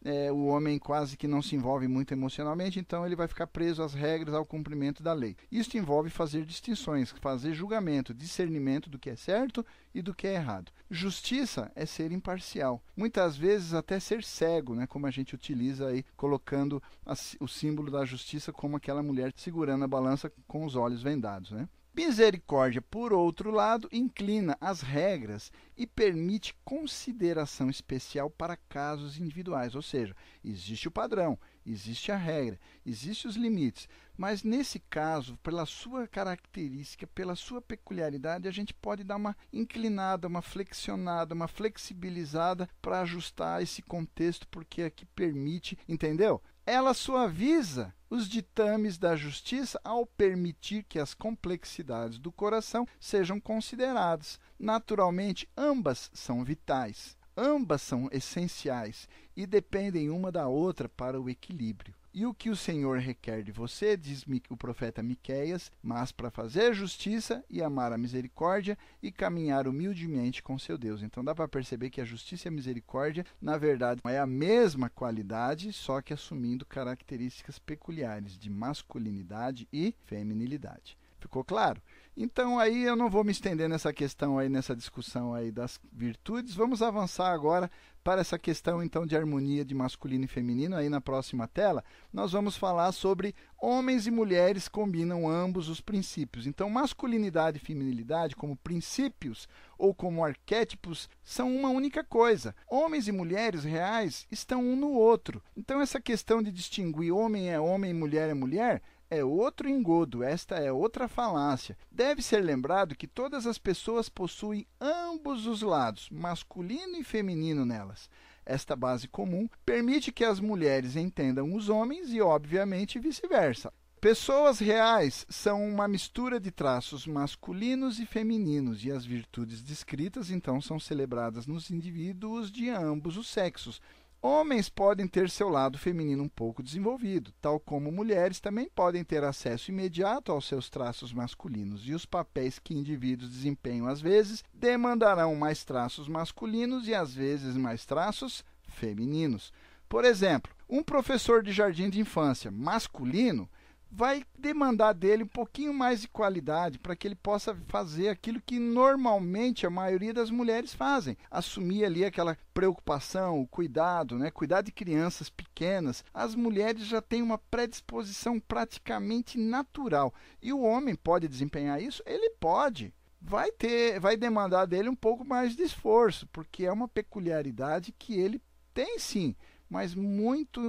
é, o homem quase que não se envolve muito emocionalmente, então ele vai ficar preso às regras, ao cumprimento da lei. Isso envolve fazer distinções, fazer julgamento, discernimento do que é certo e do que é errado. Justiça é ser imparcial, muitas vezes até ser cego, né? Como a gente utiliza aí, colocando a, o símbolo da justiça como aquela mulher segurando a balança com os olhos vendados, né? Misericórdia, por outro lado, inclina as regras e permite consideração especial para casos individuais, ou seja, existe o padrão, existe a regra, existem os limites, mas nesse caso, pela sua característica, pela sua peculiaridade, a gente pode dar uma inclinada, uma flexionada, uma flexibilizada para ajustar esse contexto, porque aqui permite, entendeu? Ela suaviza os ditames da justiça ao permitir que as complexidades do coração sejam consideradas. Naturalmente, ambas são vitais, ambas são essenciais e dependem uma da outra para o equilíbrio. E o que o Senhor requer de você, diz o profeta Miqueias, mas para fazer justiça e amar a misericórdia e caminhar humildemente com seu Deus. Então dá para perceber que a justiça e a misericórdia, na verdade, é a mesma qualidade, só que assumindo características peculiares de masculinidade e feminilidade. Ficou claro? Então aí eu não vou me estender nessa questão aí, nessa discussão aí das virtudes. Vamos avançar agora para essa questão então de harmonia de masculino e feminino. Aí na próxima tela nós vamos falar sobre homens e mulheres combinam ambos os princípios. Então masculinidade e feminilidade como princípios ou como arquétipos são uma única coisa. Homens e mulheres reais estão um no outro. Então essa questão de distinguir homem é homem e mulher é mulher é outro engodo, esta é outra falácia. Deve ser lembrado que todas as pessoas possuem ambos os lados, masculino e feminino nelas. Esta base comum permite que as mulheres entendam os homens e, obviamente, vice-versa. Pessoas reais são uma mistura de traços masculinos e femininos, e as virtudes descritas, então, são celebradas nos indivíduos de ambos os sexos. Homens podem ter seu lado feminino um pouco desenvolvido, tal como mulheres também podem ter acesso imediato aos seus traços masculinos, e os papéis que indivíduos desempenham às vezes demandarão mais traços masculinos e às vezes mais traços femininos. Por exemplo, um professor de jardim de infância masculino vai demandar dele um pouquinho mais de qualidade para que ele possa fazer aquilo que normalmente a maioria das mulheres fazem. Assumir ali aquela preocupação, o cuidado, né? Cuidar de crianças pequenas. As mulheres já têm uma predisposição praticamente natural. E o homem pode desempenhar isso? Ele pode. Vai ter, vai demandar dele um pouco mais de esforço, porque é uma peculiaridade que ele tem sim, mas muito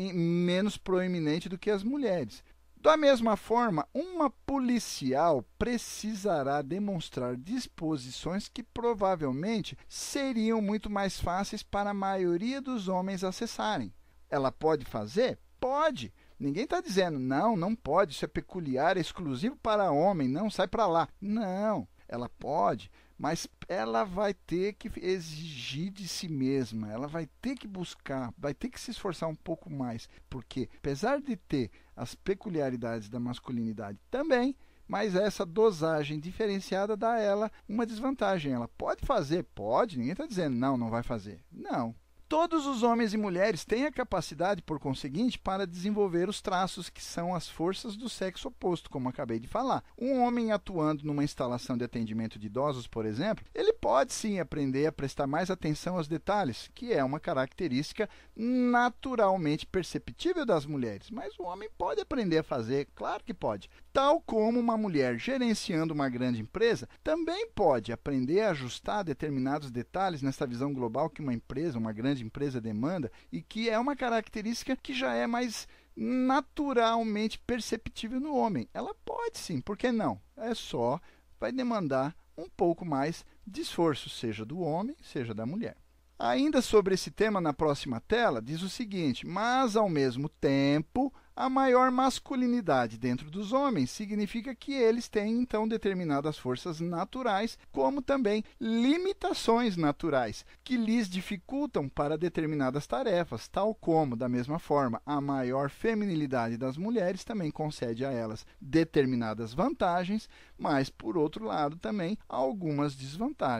menos proeminente do que as mulheres. Da mesma forma, uma policial precisará demonstrar disposições que provavelmente seriam muito mais fáceis para a maioria dos homens acessarem. Ela pode fazer? Pode. Ninguém está dizendo, não, não pode, isso é peculiar, é exclusivo para homem, não, sai para lá. Não, ela pode, mas ela vai ter que exigir de si mesma, ela vai ter que buscar, vai ter que se esforçar um pouco mais, porque apesar de ter as peculiaridades da masculinidade também, mas essa dosagem diferenciada dá a ela uma desvantagem. Ela pode fazer? Pode, ninguém está dizendo não, não vai fazer. Não. Todos os homens e mulheres têm a capacidade, por conseguinte, para desenvolver os traços que são as forças do sexo oposto, como acabei de falar. Um homem atuando numa instalação de atendimento de idosos, por exemplo, ele pode sim aprender a prestar mais atenção aos detalhes, que é uma característica naturalmente perceptível das mulheres, mas o homem pode aprender a fazer, claro que pode. Tal como uma mulher gerenciando uma grande empresa também pode aprender a ajustar determinados detalhes nessa visão global que uma empresa, uma grande empresa demanda e que é uma característica que já é mais naturalmente perceptível no homem. Ela pode sim, por que não? É só, vai demandar um pouco mais de esforço, seja do homem, seja da mulher. Ainda sobre esse tema, na próxima tela, diz o seguinte: mas, ao mesmo tempo, a maior masculinidade dentro dos homens significa que eles têm, então, determinadas forças naturais, como também limitações naturais, que lhes dificultam para determinadas tarefas, tal como, da mesma forma, a maior feminilidade das mulheres também concede a elas determinadas vantagens, mas, por outro lado, também algumas desvantagens.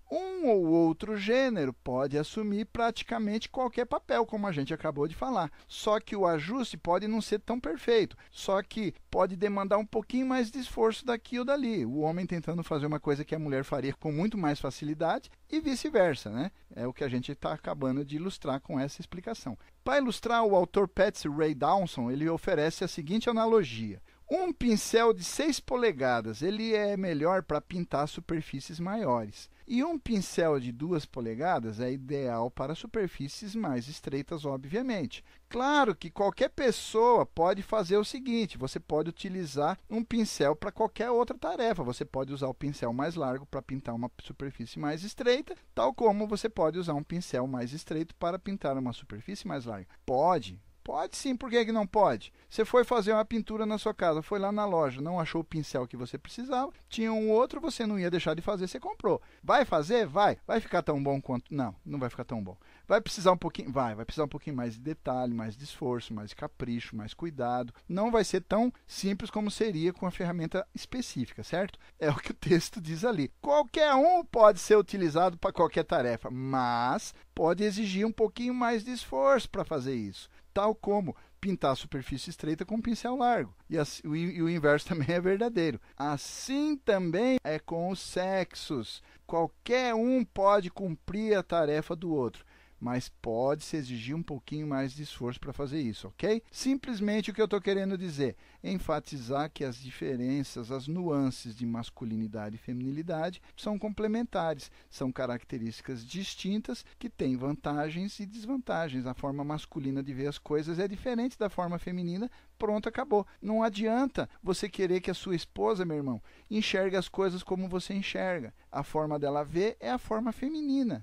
Um ou outro gênero pode assumir praticamente qualquer papel, como a gente acabou de falar. Só que o ajuste pode não ser tão perfeito. Só que pode demandar um pouquinho mais de esforço daqui ou dali. O homem tentando fazer uma coisa que a mulher faria com muito mais facilidade e vice-versa, né? É o que a gente está acabando de ilustrar com essa explicação. Para ilustrar, o autor Patsy Ray Dawson, ele oferece a seguinte analogia. Um pincel de seis polegadas, ele é melhor para pintar superfícies maiores. E um pincel de duas polegadas é ideal para superfícies mais estreitas, obviamente. Claro que qualquer pessoa pode fazer o seguinte, você pode utilizar um pincel para qualquer outra tarefa. Você pode usar o pincel mais largo para pintar uma superfície mais estreita, tal como você pode usar um pincel mais estreito para pintar uma superfície mais larga. Pode. Pode sim, por que que não pode? Você foi fazer uma pintura na sua casa, foi lá na loja, não achou o pincel que você precisava, tinha um outro, você não ia deixar de fazer, você comprou. Vai fazer? Vai. Vai ficar tão bom quanto... Não, não vai ficar tão bom. Vai precisar um pouquinho... Vai, vai precisar um pouquinho mais de detalhe, mais de esforço, mais de capricho, mais cuidado. Não vai ser tão simples como seria com a ferramenta específica, certo? É o que o texto diz ali. Qualquer um pode ser utilizado para qualquer tarefa, mas pode exigir um pouquinho mais de esforço para fazer isso. Tal como pintar a superfície estreita com um pincel largo. E, assim, o, e o inverso também é verdadeiro. Assim também é com os sexos. Qualquer um pode cumprir a tarefa do outro, mas pode-se exigir um pouquinho mais de esforço para fazer isso, ok? Simplesmente o que eu estou querendo dizer, enfatizar que as diferenças, as nuances de masculinidade e feminilidade são complementares, são características distintas que têm vantagens e desvantagens. A forma masculina de ver as coisas é diferente da forma feminina, pronto, acabou. Não adianta você querer que a sua esposa, meu irmão, enxergue as coisas como você enxerga. A forma dela ver é a forma feminina.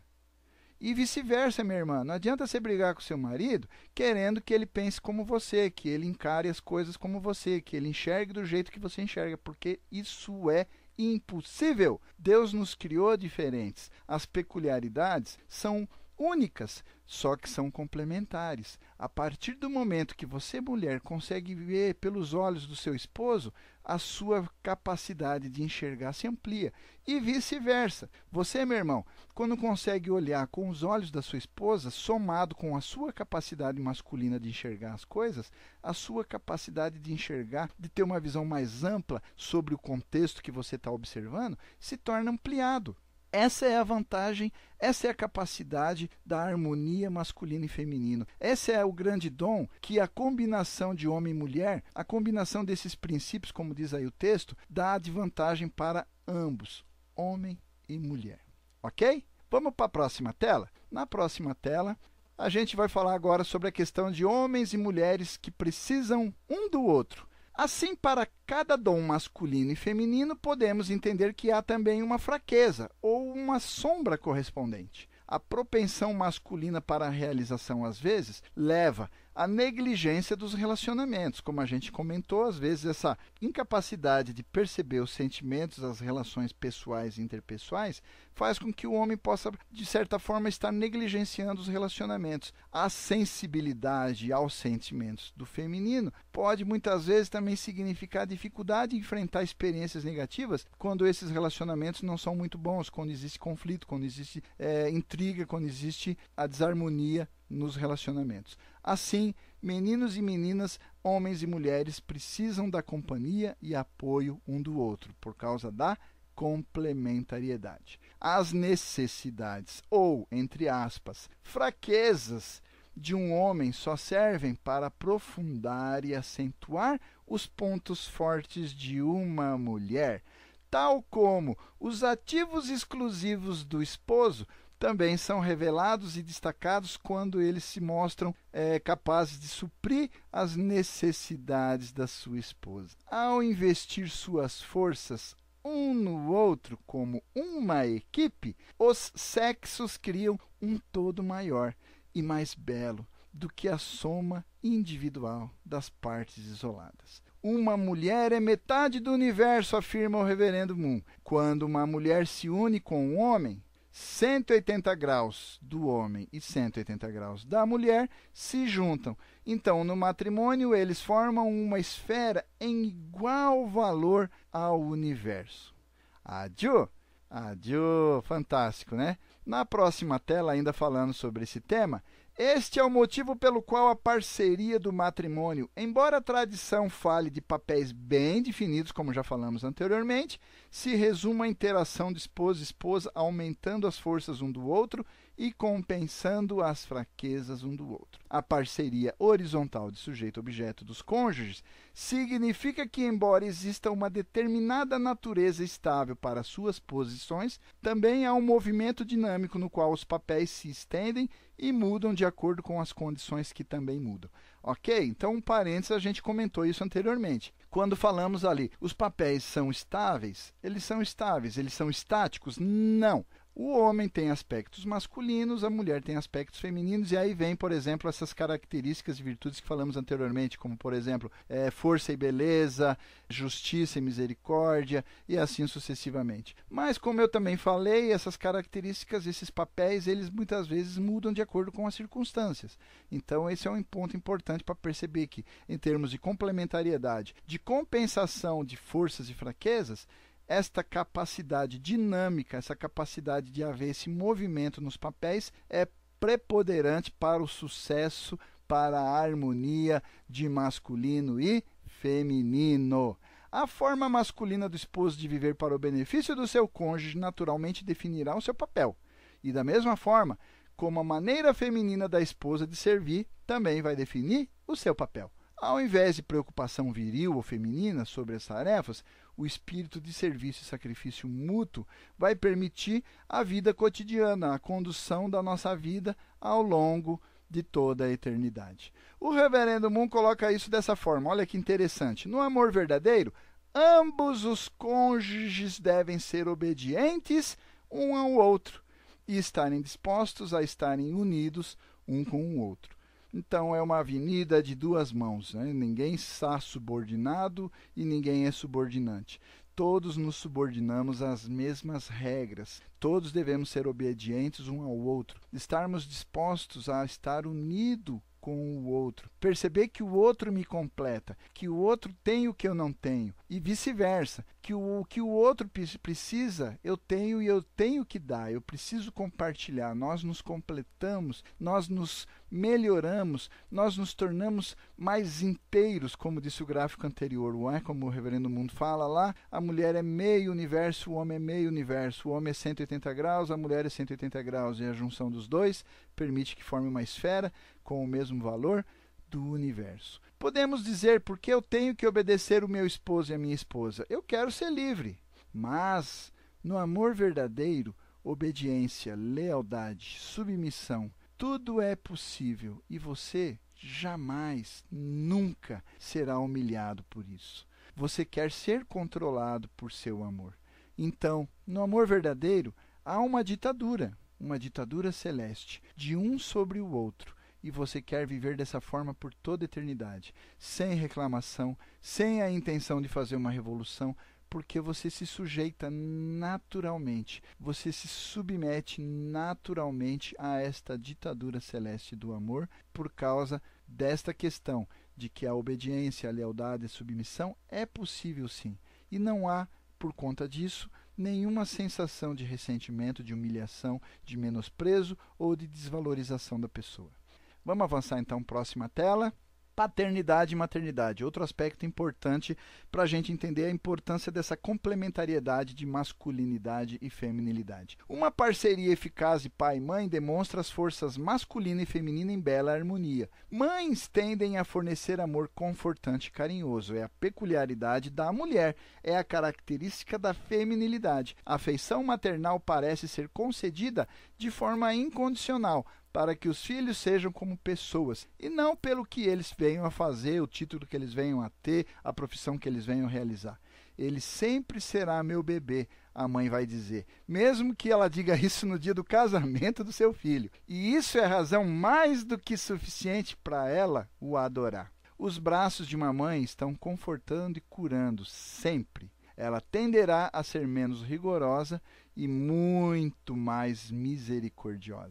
E vice-versa, minha irmã. Não adianta você brigar com seu marido querendo que ele pense como você, que ele encare as coisas como você, que ele enxergue do jeito que você enxerga, porque isso é impossível. Deus nos criou diferentes. As peculiaridades são únicas, só que são complementares. A partir do momento que você, mulher, consegue ver pelos olhos do seu esposo, a sua capacidade de enxergar se amplia. E vice-versa. Você, meu irmão, quando consegue olhar com os olhos da sua esposa, somado com a sua capacidade masculina de enxergar as coisas, a sua capacidade de enxergar, de ter uma visão mais ampla sobre o contexto que você está observando, se torna ampliado. Essa é a vantagem, essa é a capacidade da harmonia masculino e feminino. Esse é o grande dom que a combinação de homem e mulher, a combinação desses princípios, como diz aí o texto, dá de vantagem para ambos, homem e mulher. Ok? Vamos para a próxima tela? Na próxima tela, a gente vai falar agora sobre a questão de homens e mulheres que precisam um do outro. Assim, para cada dom masculino e feminino, podemos entender que há também uma fraqueza ou uma sombra correspondente. A propensão masculina para a realização, às vezes, leva à negligência dos relacionamentos. Como a gente comentou, às vezes essa incapacidade de perceber os sentimentos, as relações pessoais e interpessoais, faz com que o homem possa, de certa forma, estar negligenciando os relacionamentos. A sensibilidade aos sentimentos do feminino pode, muitas vezes, também significar dificuldade em enfrentar experiências negativas quando esses relacionamentos não são muito bons, quando existe conflito, quando existe é, intriga, quando existe a desarmonia nos relacionamentos. Assim, meninos e meninas, homens e mulheres precisam da companhia e apoio um do outro, por causa da complementariedade. As necessidades, ou, entre aspas, fraquezas de um homem só servem para aprofundar e acentuar os pontos fortes de uma mulher, tal como os ativos exclusivos do esposo também são revelados e destacados quando eles se mostram é, capazes de suprir as necessidades da sua esposa. Ao investir suas forças um no outro como uma equipe, os sexos criam um todo maior e mais belo do que a soma individual das partes isoladas. Uma mulher é metade do universo, afirma o reverendo Moon. Quando uma mulher se une com um homem, cento e oitenta graus do homem e cento e oitenta graus da mulher se juntam. Então, no matrimônio, eles formam uma esfera em igual valor ao universo. Adiô! Adiô, fantástico, né? Na próxima tela, ainda falando sobre esse tema, este é o motivo pelo qual a parceria do matrimônio, embora a tradição fale de papéis bem definidos, como já falamos anteriormente, se resume à interação de esposo e esposa, aumentando as forças um do outro e compensando as fraquezas um do outro. A parceria horizontal de sujeito-objeto dos cônjuges significa que, embora exista uma determinada natureza estável para suas posições, também há um movimento dinâmico no qual os papéis se estendem e mudam de acordo com as condições que também mudam. Ok? Então, um parênteses, a gente comentou isso anteriormente. Quando falamos ali, os papéis são estáveis, eles são estáveis, eles são estáticos? Não. O homem tem aspectos masculinos, a mulher tem aspectos femininos, e aí vem, por exemplo, essas características e virtudes que falamos anteriormente, como, por exemplo, é, força e beleza, justiça e misericórdia, e assim sucessivamente. Mas, como eu também falei, essas características, esses papéis, eles muitas vezes mudam de acordo com as circunstâncias. Então, esse é um ponto importante para perceber que, em termos de complementariedade, de compensação de forças e fraquezas, esta capacidade dinâmica, essa capacidade de haver esse movimento nos papéis é preponderante para o sucesso, para a harmonia de masculino e feminino. A forma masculina do esposo de viver para o benefício do seu cônjuge naturalmente definirá o seu papel. E da mesma forma, como a maneira feminina da esposa de servir também vai definir o seu papel. Ao invés de preocupação viril ou feminina sobre as tarefas, o espírito de serviço e sacrifício mútuo vai permitir a vida cotidiana, a condução da nossa vida ao longo de toda a eternidade. O reverendo Moon coloca isso dessa forma, olha que interessante. No amor verdadeiro, ambos os cônjuges devem ser obedientes um ao outro e estarem dispostos a estarem unidos um com o outro. Então, é uma avenida de duas mãos, né? Ninguém está subordinado e ninguém é subordinante. Todos nos subordinamos às mesmas regras. Todos devemos ser obedientes um ao outro. Estarmos dispostos a estar unidos com o outro. Perceber que o outro me completa, que o outro tem o que eu não tenho. E vice-versa, que o que o outro precisa, eu tenho e eu tenho que dar. Eu preciso compartilhar. Nós nos completamos, nós nos melhoramos, nós nos tornamos mais inteiros, como disse o gráfico anterior, não é? Como o reverendo Mundo fala lá, a mulher é meio universo, o homem é meio universo. O homem é cento e oitenta graus, a mulher é cento e oitenta graus. E a junção dos dois permite que forme uma esfera com o mesmo valor do universo. Podemos dizer, porque eu tenho que obedecer o meu esposo e a minha esposa? Eu quero ser livre. Mas, no amor verdadeiro, obediência, lealdade, submissão, tudo é possível e você jamais, nunca será humilhado por isso. Você quer ser controlado por seu amor. Então, no amor verdadeiro, há uma ditadura, uma ditadura celeste, de um sobre o outro. E você quer viver dessa forma por toda a eternidade, sem reclamação, sem a intenção de fazer uma revolução, porque você se sujeita naturalmente, você se submete naturalmente a esta ditadura celeste do amor, por causa desta questão de que a obediência, a lealdade e a submissão é possível sim, e não há, por conta disso, nenhuma sensação de ressentimento, de humilhação, de menosprezo ou de desvalorização da pessoa. Vamos avançar então, próxima tela. Paternidade e maternidade, outro aspecto importante para a gente entender a importância dessa complementariedade de masculinidade e feminilidade. Uma parceria eficaz de pai e mãe demonstra as forças masculina e feminina em bela harmonia. Mães tendem a fornecer amor confortante e carinhoso. É a peculiaridade da mulher, é a característica da feminilidade. A afeição maternal parece ser concedida de forma incondicional, para que os filhos sejam como pessoas, e não pelo que eles venham a fazer, o título que eles venham a ter, a profissão que eles venham a realizar. Ele sempre será meu bebê, a mãe vai dizer, mesmo que ela diga isso no dia do casamento do seu filho. E isso é razão mais do que suficiente para ela o adorar. Os braços de uma mãe estão confortando e curando sempre. Ela tenderá a ser menos rigorosa e muito mais misericordiosa.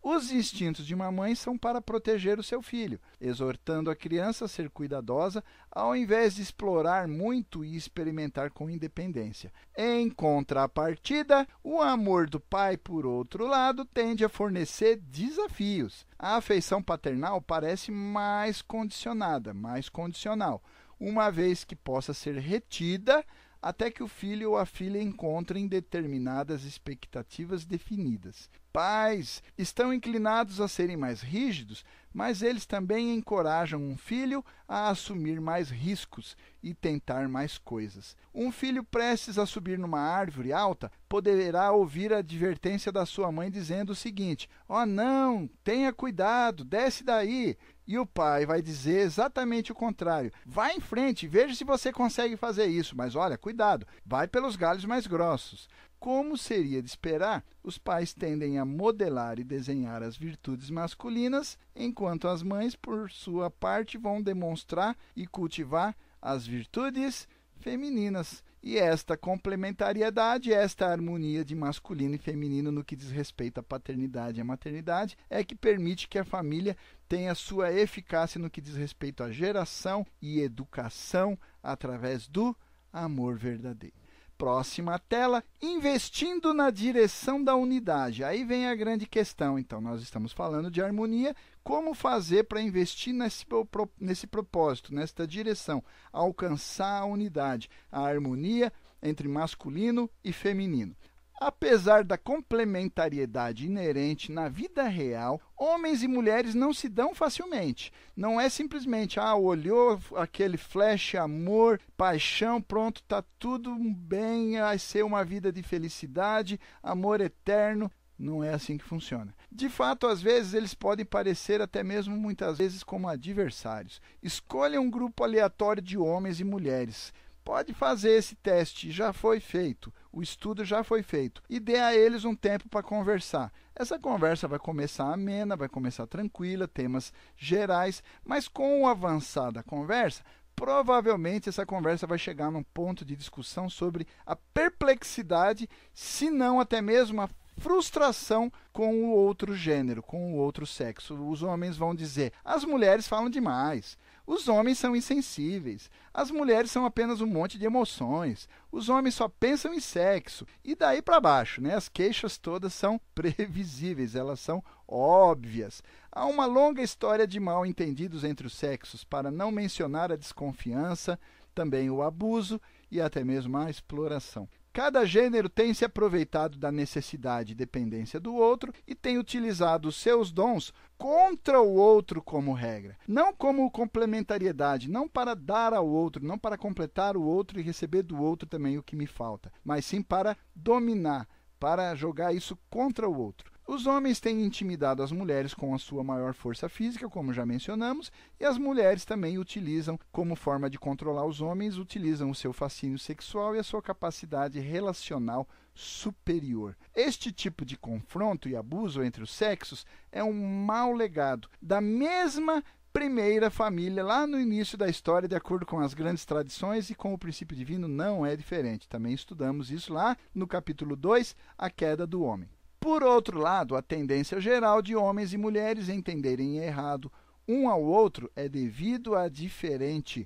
Os instintos de uma mãe são para proteger o seu filho, exortando a criança a ser cuidadosa, ao invés de explorar muito e experimentar com independência. Em contrapartida, o amor do pai, por outro lado, tende a fornecer desafios. A afeição paternal parece mais condicionada, mais condicional, uma vez que possa ser retida até que o filho ou a filha encontrem determinadas expectativas definidas. Pais estão inclinados a serem mais rígidos, mas eles também encorajam um filho a assumir mais riscos e tentar mais coisas. Um filho prestes a subir numa árvore alta poderá ouvir a advertência da sua mãe dizendo o seguinte: "Oh, não, tenha cuidado, desce daí." E o pai vai dizer exatamente o contrário: "Vá em frente, veja se você consegue fazer isso, mas olha, cuidado, vai pelos galhos mais grossos." Como seria de esperar, os pais tendem a modelar e desenhar as virtudes masculinas, enquanto as mães, por sua parte, vão demonstrar e cultivar as virtudes femininas. E esta complementariedade, esta harmonia de masculino e feminino no que diz respeito à paternidade e à maternidade, é que permite que a família tenha sua eficácia no que diz respeito à geração e educação através do amor verdadeiro. Próxima tela, investindo na direção da unidade. Aí vem a grande questão. Então, nós estamos falando de harmonia. Como fazer para investir nesse, nesse propósito, nesta direção, alcançar a unidade, a harmonia entre masculino e feminino? Apesar da complementariedade inerente na vida real, homens e mulheres não se dão facilmente. Não é simplesmente, ah, olhou aquele flash, amor, paixão, pronto, está tudo bem, vai ser uma vida de felicidade, amor eterno. Não é assim que funciona. De fato, às vezes, eles podem parecer até mesmo muitas vezes como adversários. Escolha um grupo aleatório de homens e mulheres. Pode fazer esse teste, já foi feito, o estudo já foi feito, e dê a eles um tempo para conversar. Essa conversa vai começar amena, vai começar tranquila, temas gerais, mas com o avançar da conversa, provavelmente essa conversa vai chegar num ponto de discussão sobre a perplexidade, se não até mesmo a frustração com o outro gênero, com o outro sexo. Os homens vão dizer: as mulheres falam demais, os homens são insensíveis, as mulheres são apenas um monte de emoções, os homens só pensam em sexo, e daí para baixo, né? As queixas todas são previsíveis, elas são óbvias. Há uma longa história de mal-entendidos entre os sexos, para não mencionar a desconfiança, também o abuso e até mesmo a exploração. Cada gênero tem se aproveitado da necessidade e dependência do outro e tem utilizado os seus dons contra o outro como regra. Não como complementariedade, não para dar ao outro, não para completar o outro e receber do outro também o que me falta, mas sim para dominar, para jogar isso contra o outro. Os homens têm intimidado as mulheres com a sua maior força física, como já mencionamos, e as mulheres também utilizam, como forma de controlar os homens, utilizam o seu fascínio sexual e a sua capacidade relacional superior. Este tipo de confronto e abuso entre os sexos é um mau legado da mesma primeira família lá no início da história, de acordo com as grandes tradições, e com o princípio divino não é diferente. Também estudamos isso lá no capítulo dois, a queda do homem. Por outro lado, a tendência geral de homens e mulheres entenderem errado um ao outro é devido à diferente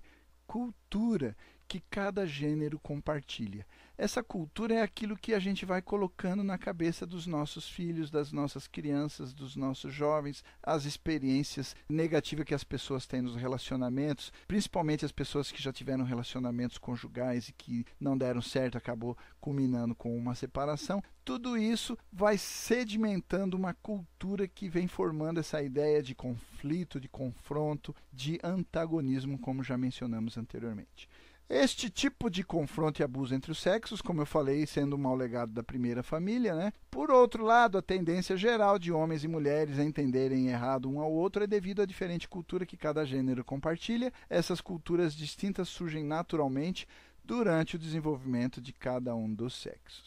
cultura que cada gênero compartilha. Essa cultura é aquilo que a gente vai colocando na cabeça dos nossos filhos, das nossas crianças, dos nossos jovens, as experiências negativas que as pessoas têm nos relacionamentos, principalmente as pessoas que já tiveram relacionamentos conjugais e que não deram certo, acabou culminando com uma separação. Tudo isso vai sedimentando uma cultura que vem formando essa ideia de conflito, de confronto, de antagonismo, como já mencionamos anteriormente. Este tipo de confronto e abuso entre os sexos, como eu falei, sendo um mau legado da primeira família, né? Por outro lado, a tendência geral de homens e mulheres a entenderem errado um ao outro é devido à diferente cultura que cada gênero compartilha. Essas culturas distintas surgem naturalmente durante o desenvolvimento de cada um dos sexos.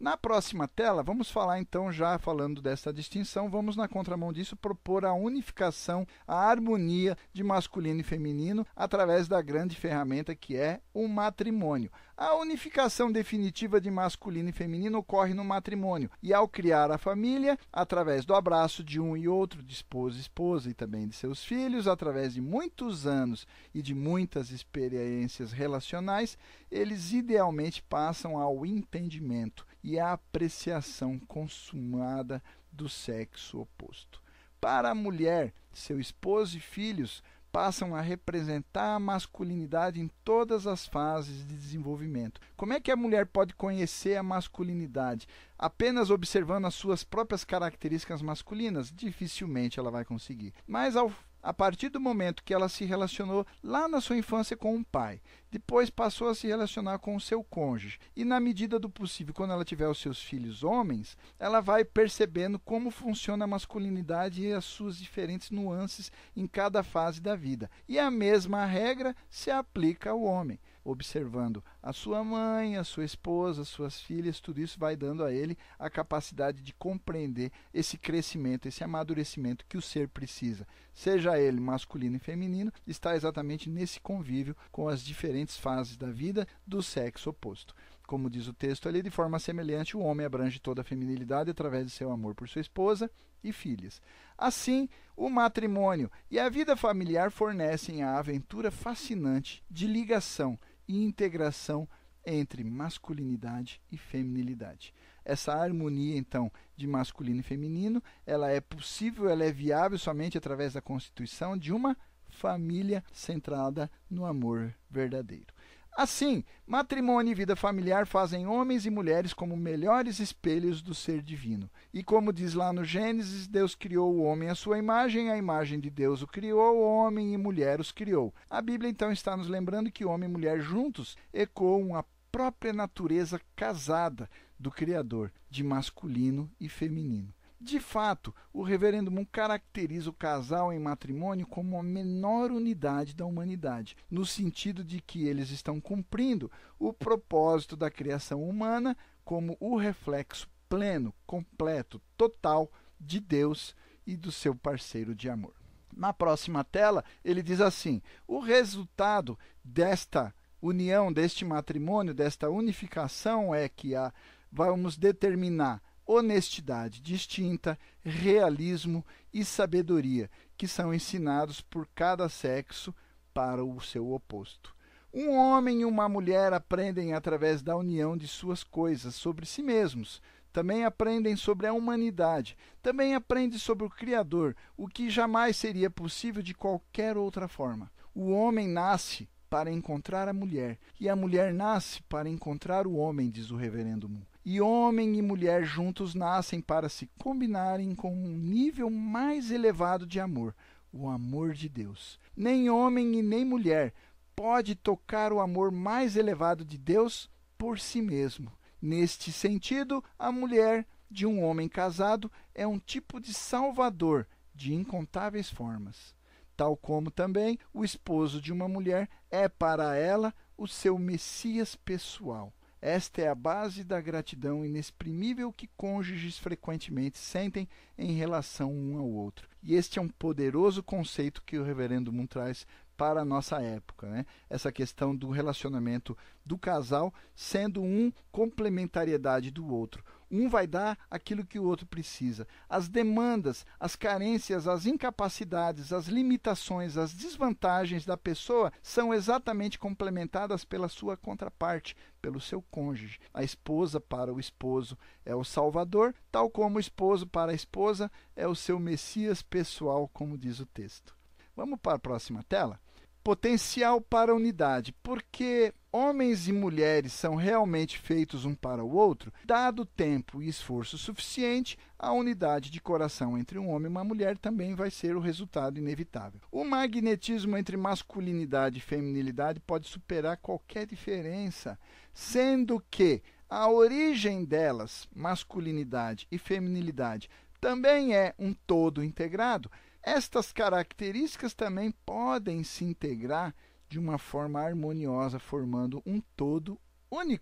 Na próxima tela, vamos falar então, já falando dessa distinção, vamos na contramão disso propor a unificação, a harmonia de masculino e feminino através da grande ferramenta que é o matrimônio. A unificação definitiva de masculino e feminino ocorre no matrimônio e ao criar a família, através do abraço de um e outro, de esposo e esposa e também de seus filhos, através de muitos anos e de muitas experiências relacionais, eles idealmente passam ao entendimento e a apreciação consumada do sexo oposto. Para a mulher, seu esposo e filhos passam a representar a masculinidade em todas as fases de desenvolvimento. Como é que a mulher pode conhecer a masculinidade? Apenas observando as suas próprias características masculinas? Dificilmente ela vai conseguir. Mas ao A partir do momento que ela se relacionou lá na sua infância com um pai, depois passou a se relacionar com o seu cônjuge, e na medida do possível, quando ela tiver os seus filhos homens, ela vai percebendo como funciona a masculinidade e as suas diferentes nuances em cada fase da vida. E a mesma regra se aplica ao homem. Observando a sua mãe, a sua esposa, as suas filhas, tudo isso vai dando a ele a capacidade de compreender esse crescimento, esse amadurecimento que o ser precisa. Seja ele masculino e feminino, está exatamente nesse convívio com as diferentes fases da vida do sexo oposto. Como diz o texto ali, de forma semelhante, o homem abrange toda a feminilidade através de seu amor por sua esposa e filhas. Assim, o matrimônio e a vida familiar fornecem a aventura fascinante de ligação e integração entre masculinidade e feminilidade. Essa harmonia, então, de masculino e feminino, ela é possível, ela é viável somente através da constituição de uma família centrada no amor verdadeiro. Assim, matrimônio e vida familiar fazem homens e mulheres como melhores espelhos do ser divino. E como diz lá no Gênesis, Deus criou o homem à sua imagem, a imagem de Deus o criou, homem e mulher os criou. A Bíblia então está nos lembrando que homem e mulher juntos ecoam a própria natureza casada do Criador, de masculino e feminino. De fato, o Reverendo Moon caracteriza o casal em matrimônio como a menor unidade da humanidade, no sentido de que eles estão cumprindo o propósito da criação humana como o reflexo pleno, completo, total de Deus e do seu parceiro de amor. Na próxima tela, ele diz assim: o resultado desta união, deste matrimônio, desta unificação é que a, vamos determinar honestidade distinta, realismo e sabedoria, que são ensinados por cada sexo para o seu oposto. Um homem e uma mulher aprendem através da união de suas coisas sobre si mesmos. Também aprendem sobre a humanidade. Também aprendem sobre o Criador, o que jamais seria possível de qualquer outra forma. O homem nasce para encontrar a mulher, e a mulher nasce para encontrar o homem, diz o Reverendo Moon. E homem e mulher juntos nascem para se combinarem com um nível mais elevado de amor, o amor de Deus. Nem homem e nem mulher pode tocar o amor mais elevado de Deus por si mesmo. Neste sentido, a mulher de um homem casado é um tipo de salvador de incontáveis formas. Tal como também o esposo de uma mulher é para ela o seu Messias pessoal. Esta é a base da gratidão inexprimível que cônjuges frequentemente sentem em relação um ao outro. E este é um poderoso conceito que o Reverendo Moon traz para a nossa época, né? Essa questão do relacionamento do casal sendo um complementariedade do outro. Um vai dar aquilo que o outro precisa. As demandas, as carências, as incapacidades, as limitações, as desvantagens da pessoa são exatamente complementadas pela sua contraparte, pelo seu cônjuge. A esposa para o esposo é o Salvador, tal como o esposo para a esposa é o seu Messias pessoal, como diz o texto. Vamos para a próxima tela? Potencial para a unidade. Porque homens e mulheres são realmente feitos um para o outro, dado tempo e esforço suficiente, a unidade de coração entre um homem e uma mulher também vai ser o resultado inevitável. O magnetismo entre masculinidade e feminilidade pode superar qualquer diferença, sendo que a origem delas, masculinidade e feminilidade, também é um todo integrado. Estas características também podem se integrar de uma forma harmoniosa, formando um todo único.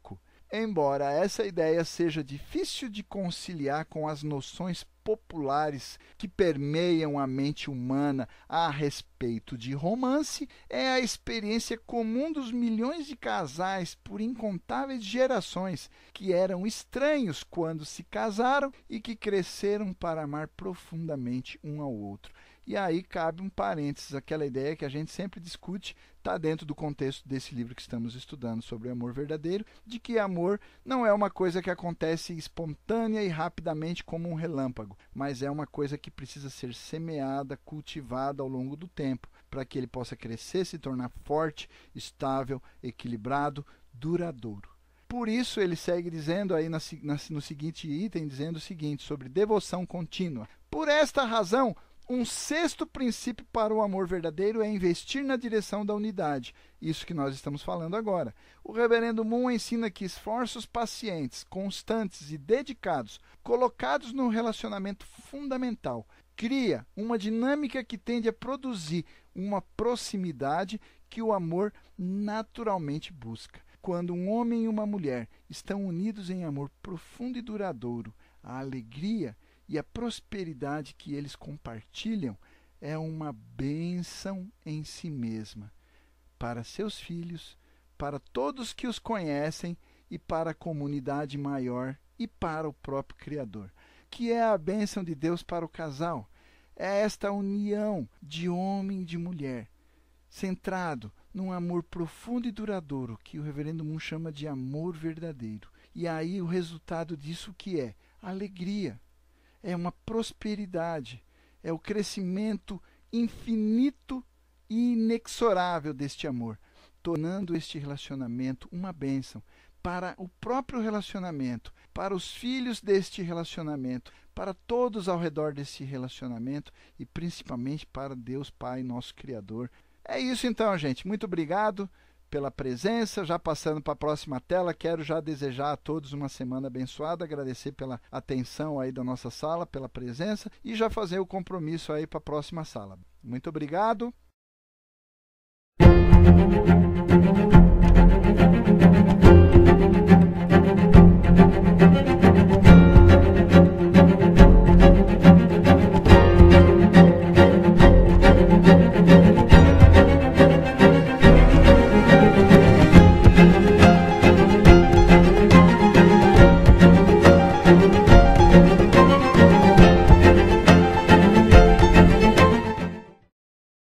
Embora essa ideia seja difícil de conciliar com as noções populares que permeiam a mente humana a respeito de romance, é a experiência comum dos milhões de casais por incontáveis gerações que eram estranhos quando se casaram e que cresceram para amar profundamente um ao outro. E aí cabe um parênteses, aquela ideia que a gente sempre discute, está dentro do contexto desse livro que estamos estudando sobre o amor verdadeiro, de que amor não é uma coisa que acontece espontânea e rapidamente como um relâmpago, mas é uma coisa que precisa ser semeada, cultivada ao longo do tempo, para que ele possa crescer, se tornar forte, estável, equilibrado, duradouro. Por isso, ele segue dizendo aí na, na, no seguinte item, dizendo o seguinte, sobre devoção contínua. Por esta razão, um sexto princípio para o amor verdadeiro é investir na direção da unidade. Isso que nós estamos falando agora. O reverendo Moon ensina que esforços pacientes, constantes e dedicados, colocados no relacionamento fundamental, cria uma dinâmica que tende a produzir uma proximidade que o amor naturalmente busca. Quando um homem e uma mulher estão unidos em amor profundo e duradouro, a alegria e a prosperidade que eles compartilham é uma bênção em si mesma, para seus filhos, para todos que os conhecem e para a comunidade maior e para o próprio Criador. Que é a bênção de Deus para o casal? É esta união de homem e de mulher, centrado num amor profundo e duradouro, que o reverendo Moon chama de amor verdadeiro. E aí o resultado disso que é? Alegria. É uma prosperidade, é o crescimento infinito e inexorável deste amor, tornando este relacionamento uma bênção para o próprio relacionamento, para os filhos deste relacionamento, para todos ao redor desse relacionamento e principalmente para Deus Pai, nosso Criador. É isso então, gente. Muito obrigado pela presença. Já passando para a próxima tela, quero já desejar a todos uma semana abençoada, agradecer pela atenção aí da nossa sala, pela presença e já fazer o compromisso aí para a próxima sala. Muito obrigado.